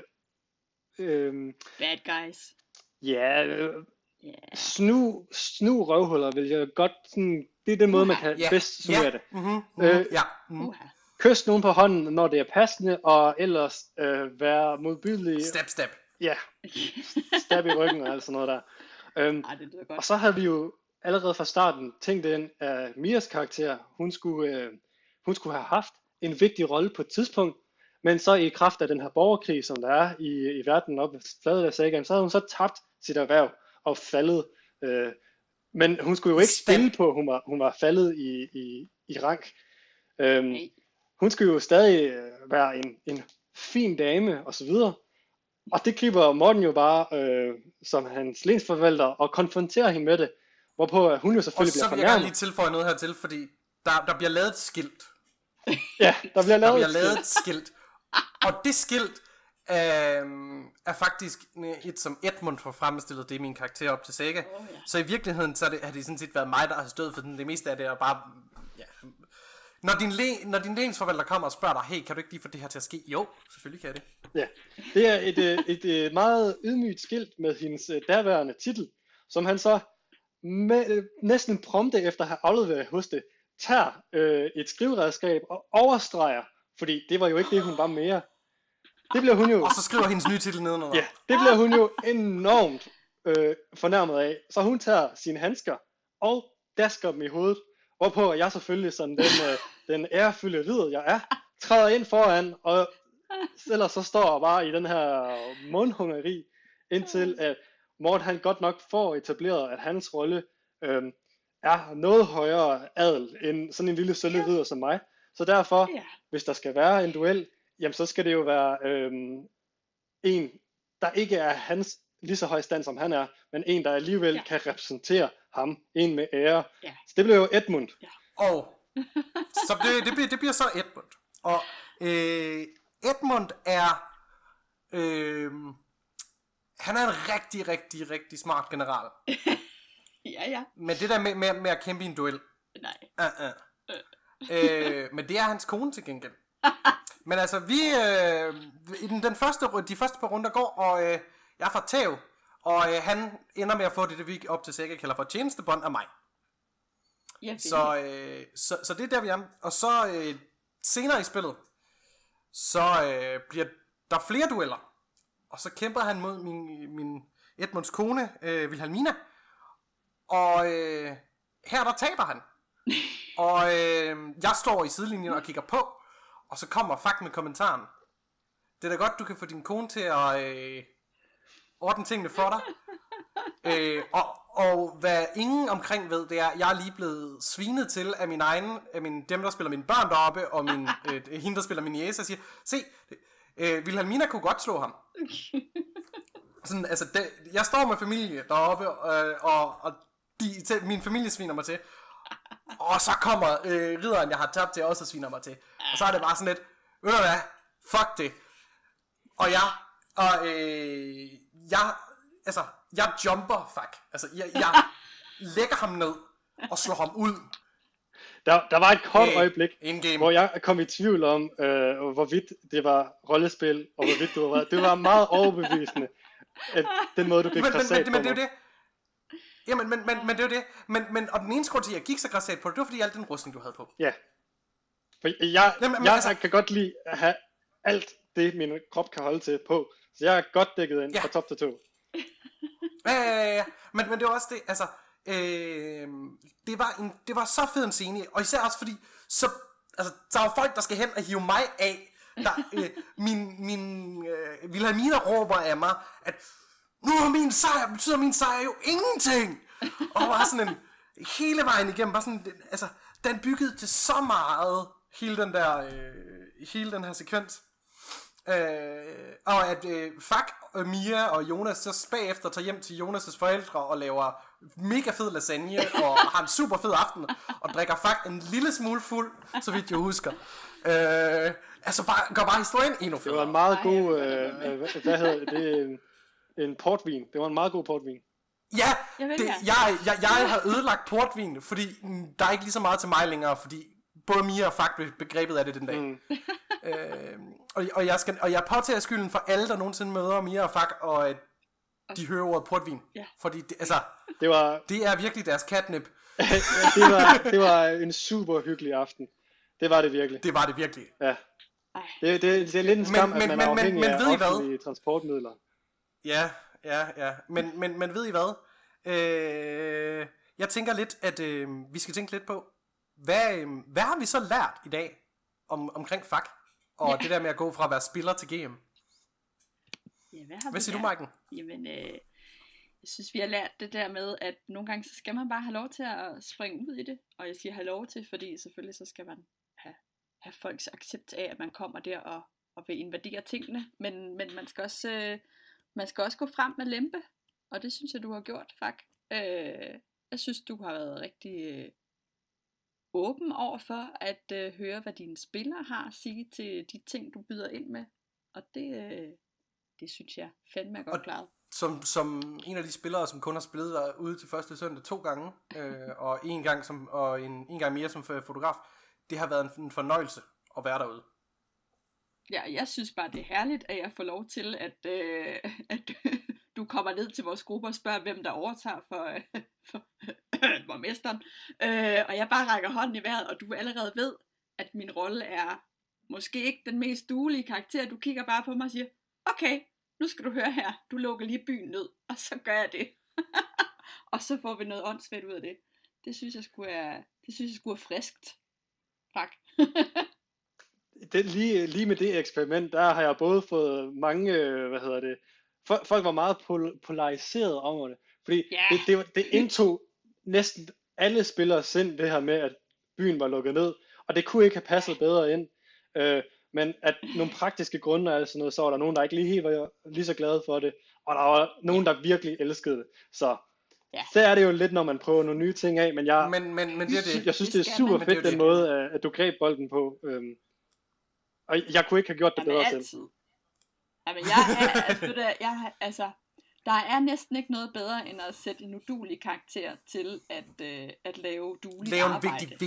Øhm, Bad guys. Ja, øh, yeah. snu, snu røvhuller vil jeg godt sådan, det er den måde, man kan yeah. bedst suge yeah. af det. Mm-hmm. Mm-hmm. Øh, ja. Mm-hmm. Kys nogen på hånden, når det er passende, og ellers øh, være modbydelig. Step, step. Ja, stab i ryggen og alt sådan noget der. Øhm, Ej, det lyder godt. Og så havde vi jo allerede fra starten tænkt ind, at Mias karakter, hun skulle, øh, hun skulle have haft en vigtig rolle på et tidspunkt, men så i kraft af den her borgerkrig, som der er i, i verden op ved fladet af Sagaen, så havde hun så tabt sit erhverv og faldet. Øh, men hun skulle jo ikke spille på, at hun var, hun var faldet i, i, i rank. Øhm, okay. Hun skulle jo stadig være en, en fin dame og så videre. Og det griber Morten jo bare øh, som hans lensforvalter og konfronterer hende med det. Hvorpå hun jo selvfølgelig bliver fornærmet. Og så vil jeg gerne lige tilføje noget hertil, fordi der, der bliver lavet et skilt. Ja, der bliver lavet, der bliver lavet et skilt. Og det skilt øh, er faktisk et, som Edmund får fremstillet, det er min karakter op til Saga. Oh, yeah. Så i virkeligheden, så det, har det sådan set været mig, der har stået for den. Det meste af det er bare... Ja. Når din, læ, når din lensforvalter kommer og spørger dig, hey, kan du ikke lige få det her til at ske? Jo, selvfølgelig kan jeg det. Ja, det er et, et, et meget ydmygt skilt med hendes daværende titel, som han så med, næsten prompte efter at have afleveret hos det, tager øh, et skriveredskab og overstreger, fordi det var jo ikke det, hun var mere. Det bliver hun jo... Og så skriver hendes nye titel nedenunder. Ja, det bliver hun jo enormt øh, fornærmet af. Så hun tager sine handsker og dasker dem i hovedet, hvorpå jeg selvfølgelig sådan den, øh, den ærefulde ridder, jeg er, træder ind foran, og ellers så står jeg bare i den her mundhungeri, indtil at Morten han godt nok får etableret, at hans rolle øh, er noget højere adel end sådan en lille sølle ridder som mig. Så derfor, yeah. hvis der skal være en duel, jamen så skal det jo være øh, en, der ikke er hans lige så høj stand som han er, men en, der alligevel yeah. kan repræsentere ham, en med ære. Yeah. Så det bliver jo Edmund. Yeah. Og så det, det, bliver, det bliver så Edmund. Og øh, Edmund er, øh, han er en rigtig, rigtig, rigtig smart general. Ja, ja. Men det der med, med, med at kæmpe i en duel. Nej. Uh-uh. øh, men det er hans kone til gengæld. Men altså, vi... Øh, i den, den første, de første par runder går, og øh, jeg får tæv. Og øh, han ender med at få det, det vi op til Sega kalder for tjenestebånd af mig. Ja, så, øh, så, så det er der, vi er. Og så øh, senere i spillet, så øh, bliver der flere dueller. Og så kæmper han mod min, min Edmunds kone, øh, Wilhelmina. Og øh, her der taber han. Og øh, jeg står i sidelinjen og kigger på. Og så kommer Fak med kommentaren: det er da godt, du kan få din kone til at øh, ordne tingene for dig. øh, og, og hvad ingen omkring ved, det er, at jeg er lige blevet svinet til af min egen, af min, dem der spiller mine børn deroppe, og min, øh, hende der spiller min jæse, og siger, se, øh, Wilhelmina kunne godt slå ham. Sådan, altså, det, jeg står med familie deroppe, øh, og, og de, til, min familie sviner mig til. Og så kommer øh, ridderen, jeg har tabt til, også sviner mig til. Og så er det bare sådan lidt, ved du hvad, fuck det. Og jeg, og øh, jeg, altså, jeg jumper, fuck. Altså, jeg, jeg lægger ham ned og slår ham ud. Der, der var et kort øh, øjeblik, in-game. hvor jeg kom i tvivl om, øh, hvorvidt det var rollespil, og hvorvidt det var, det var meget overbevisende, at den måde, du gik græsat på. Men det er jo det. Jamen, men, men, men det er jo det. Men, men, og den eneste grund til, at jeg gik så græsat på det, det var fordi alt den rustning, du havde på. Ja. For jeg, Jamen, men, jeg altså, kan godt lide at have alt det, min krop kan holde til på. Så jeg er godt dækket ind ja. fra top til to. Ja, ja, ja. Men, men det var også det, altså, øh, det, var en, det var så fed en scene, og især også fordi, så, altså, der er jo folk, der skal hen og hive mig af. Der, øh, min min øh, Wilhelmina råber af mig, at nu er min sejr, betyder min sejr jo ingenting. Og var sådan en, hele vejen igennem, bare sådan, altså, den byggede til så meget, hele den der, øh, hele den her sekvens. Øh, og at øh, Fak, øh, Mia og Jonas så bagefter tager hjem til Jonas' forældre og laver mega fed lasagne og har en super fed aften og drikker Fak en lille smule fuld, så vidt jeg husker. Øh, altså bare, gør bare historien endnu federe. Det var en meget god, øh, øh, hvad, hvad hedder det, det en, en portvin. Det var en meget god portvin. Ja, jeg, det, jeg, jeg, jeg har ødelagt portvin, fordi der er ikke lige så meget til mig længere, fordi både Mia og Fak blev begrebet af det den dag. Mm. øh, og, og, jeg skal, og jeg påtager skylden for alle, der nogensinde møder Mia og Fak, og at de hører ordet portvin. Yeah. Fordi det, altså, det, var, det er virkelig deres catnip. det, var, det var en super hyggelig aften. Det var det virkelig. Det var det virkelig. Ja. Det, det, det er lidt en skam, men, at man men, er afhængig men, men, af offentlige transportmidler. Ja, ja, ja. Men, men, men ved I hvad? Øh, jeg tænker lidt, at øh, vi skal tænke lidt på, hvad, øh, hvad har vi så lært i dag om, omkring Fak? Og ja. Det der med at gå fra at være spiller til G M. Ja, hvad har hvad siger lært? du, Maiken? Jamen, øh, jeg synes, vi har lært det der med, at nogle gange, så skal man bare have lov til at springe ud i det. Og jeg siger have lov til, fordi selvfølgelig så skal man have, have folks accept af, at man kommer der og, og vil invadere tingene. Men, men man, skal også, øh, man skal også gå frem med lempe. Og det synes jeg, du har gjort, Fak. Øh, jeg synes, du har været rigtig øh, åben over for at øh, høre, hvad dine spillere har at sige til de ting, du byder ind med. Og det, øh, det synes jeg fandme er godt klaret. Som, som en af de spillere, som kun har spillet der ude til første søndag to gange, øh, og en gang, som, og en, en gang mere som fotograf, det har været en, en fornøjelse at være derude. Ja, jeg synes bare, det er herligt, at jeg får lov til, at, øh, at du kommer ned til vores gruppe og spørger, hvem der overtager for, øh, for øh, borgmesteren. Øh, og jeg bare rækker hånden i vejret, og du allerede ved, at min rolle er måske ikke den mest duelige karakter. Du kigger bare på mig og siger, okay, nu skal du høre her, du lukker lige byen ned, og så gør jeg det. Og så får vi noget åndssvagt ud af det. Det synes jeg skulle er, det synes jeg skulle er friskt. Tak. det, lige, lige med det eksperiment, der har jeg både fået mange, hvad hedder det, folk var meget pol- polariseret over det, fordi yeah. det, det, det indtog næsten alle spillere sind, det her med, at byen var lukket ned, og det kunne ikke have passet bedre ind, øh, men at nogle praktiske grunde og sådan noget, så var der nogen, der ikke lige helt var lige så glade for det, og der var nogen, der virkelig elskede det, så yeah. så er det jo lidt, når man prøver nogle nye ting af, men jeg, men, men, men det er det. jeg synes, det er super fedt, det den det. måde, at du greb bolden på, øhm, og jeg kunne ikke have gjort det Jamen, bedre altid. selv. Jamen, jeg er, altså, der, jeg, altså, der er næsten ikke noget bedre, end at sætte en udulig karakter til at, øh, at lave dueligt lave en arbejde. vigtig, vigtig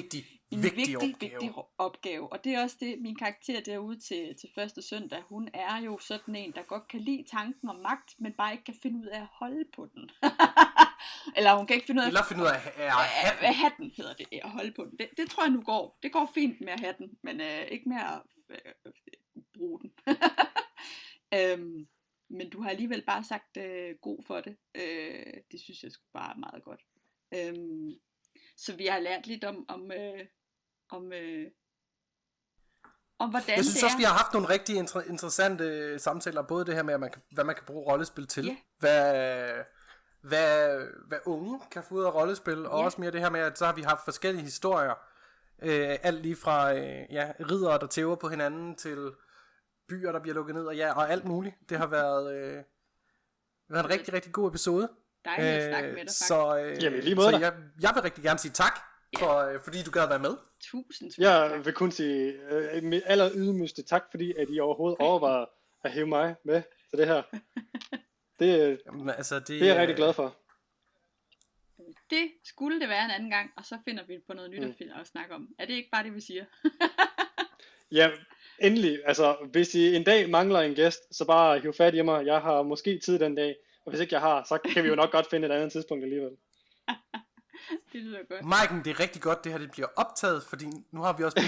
en vigtig, vigtig, opgave. vigtig opgave. Og det er også det, min karakter derude til, til første søndag, hun er jo sådan en, der godt kan lide tanken om magt, men bare ikke kan finde ud af at holde på den. Eller hun kan ikke finde ud af... Eller finde ud af at have Hvad hatten hedder det, at holde på den. Det, det tror jeg nu går. Det går fint med at have den, men øh, ikke med at øh, bruge den. øhm, men du har alligevel bare sagt øh, god for det. Øh, det synes jeg sgu bare er meget godt. Øhm, så vi har lært lidt om, om, øh, om, øh, om hvordan Jeg synes det også, er. vi har haft nogle rigtig inter- interessante samtaler, både det her med, at man kan, hvad man kan bruge rollespil til, Ja. hvad, hvad, hvad unge kan få ud af rollespil, og Ja. også mere det her med, at så har vi haft forskellige historier, øh, alt lige fra øh, ja, riddere, der tæver på hinanden, til byer, der bliver lukket ned, og, ja, og alt muligt. Det har været, øh, det har været en rigtig, rigtig god episode. Dejligt at snakke med dig, faktisk. Så, øh, Jamen, i lige måde så da. jeg, jeg vil rigtig gerne sige tak, for, øh, fordi du gad at være med. Tusind, tusind Jeg tak. vil kun sige øh, mit aller ydmygste tak, fordi at I overhovedet overvejer at hæve mig med til det her. Det, Jamen, altså, det, det er jeg rigtig glad for. Det skulle det være en anden gang, og så finder vi på noget nyt Mm. at, finde, at snakke om. Er det ikke bare det, vi siger? Ja, endelig. Altså, hvis I en dag mangler en gæst, så bare hiv fat i mig. Jeg har måske tid den dag, og hvis ikke jeg har, så kan vi jo nok godt finde et andet tidspunkt alligevel. Det lyder godt. Maiken, det er rigtig godt, det her det bliver optaget, fordi nu har vi også...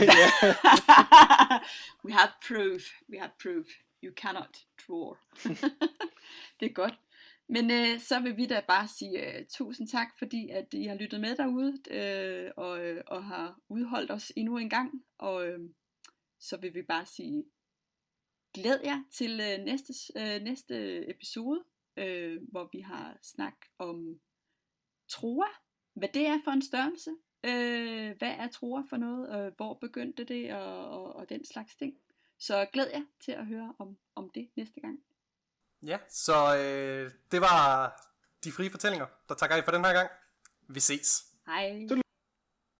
We have proof. We have proof. You cannot draw. Det er godt. Men øh, så vil vi da bare sige uh, tusind tak, fordi at I har lyttet med derude, øh, og, øh, og har udholdt os endnu en gang. Og øh, så vil vi bare sige, glæd jer til øh, næste, øh, næste episode, øh, hvor vi har snak om troer. Hvad det er for en størrelse. Øh, hvad er troer for noget, og hvor begyndte det, og, og, og den slags ting. Så glæd jer til at høre om, om det næste gang. Ja, så øh, det var de frie fortællinger, der takker I for den her gang. Vi ses. Hej.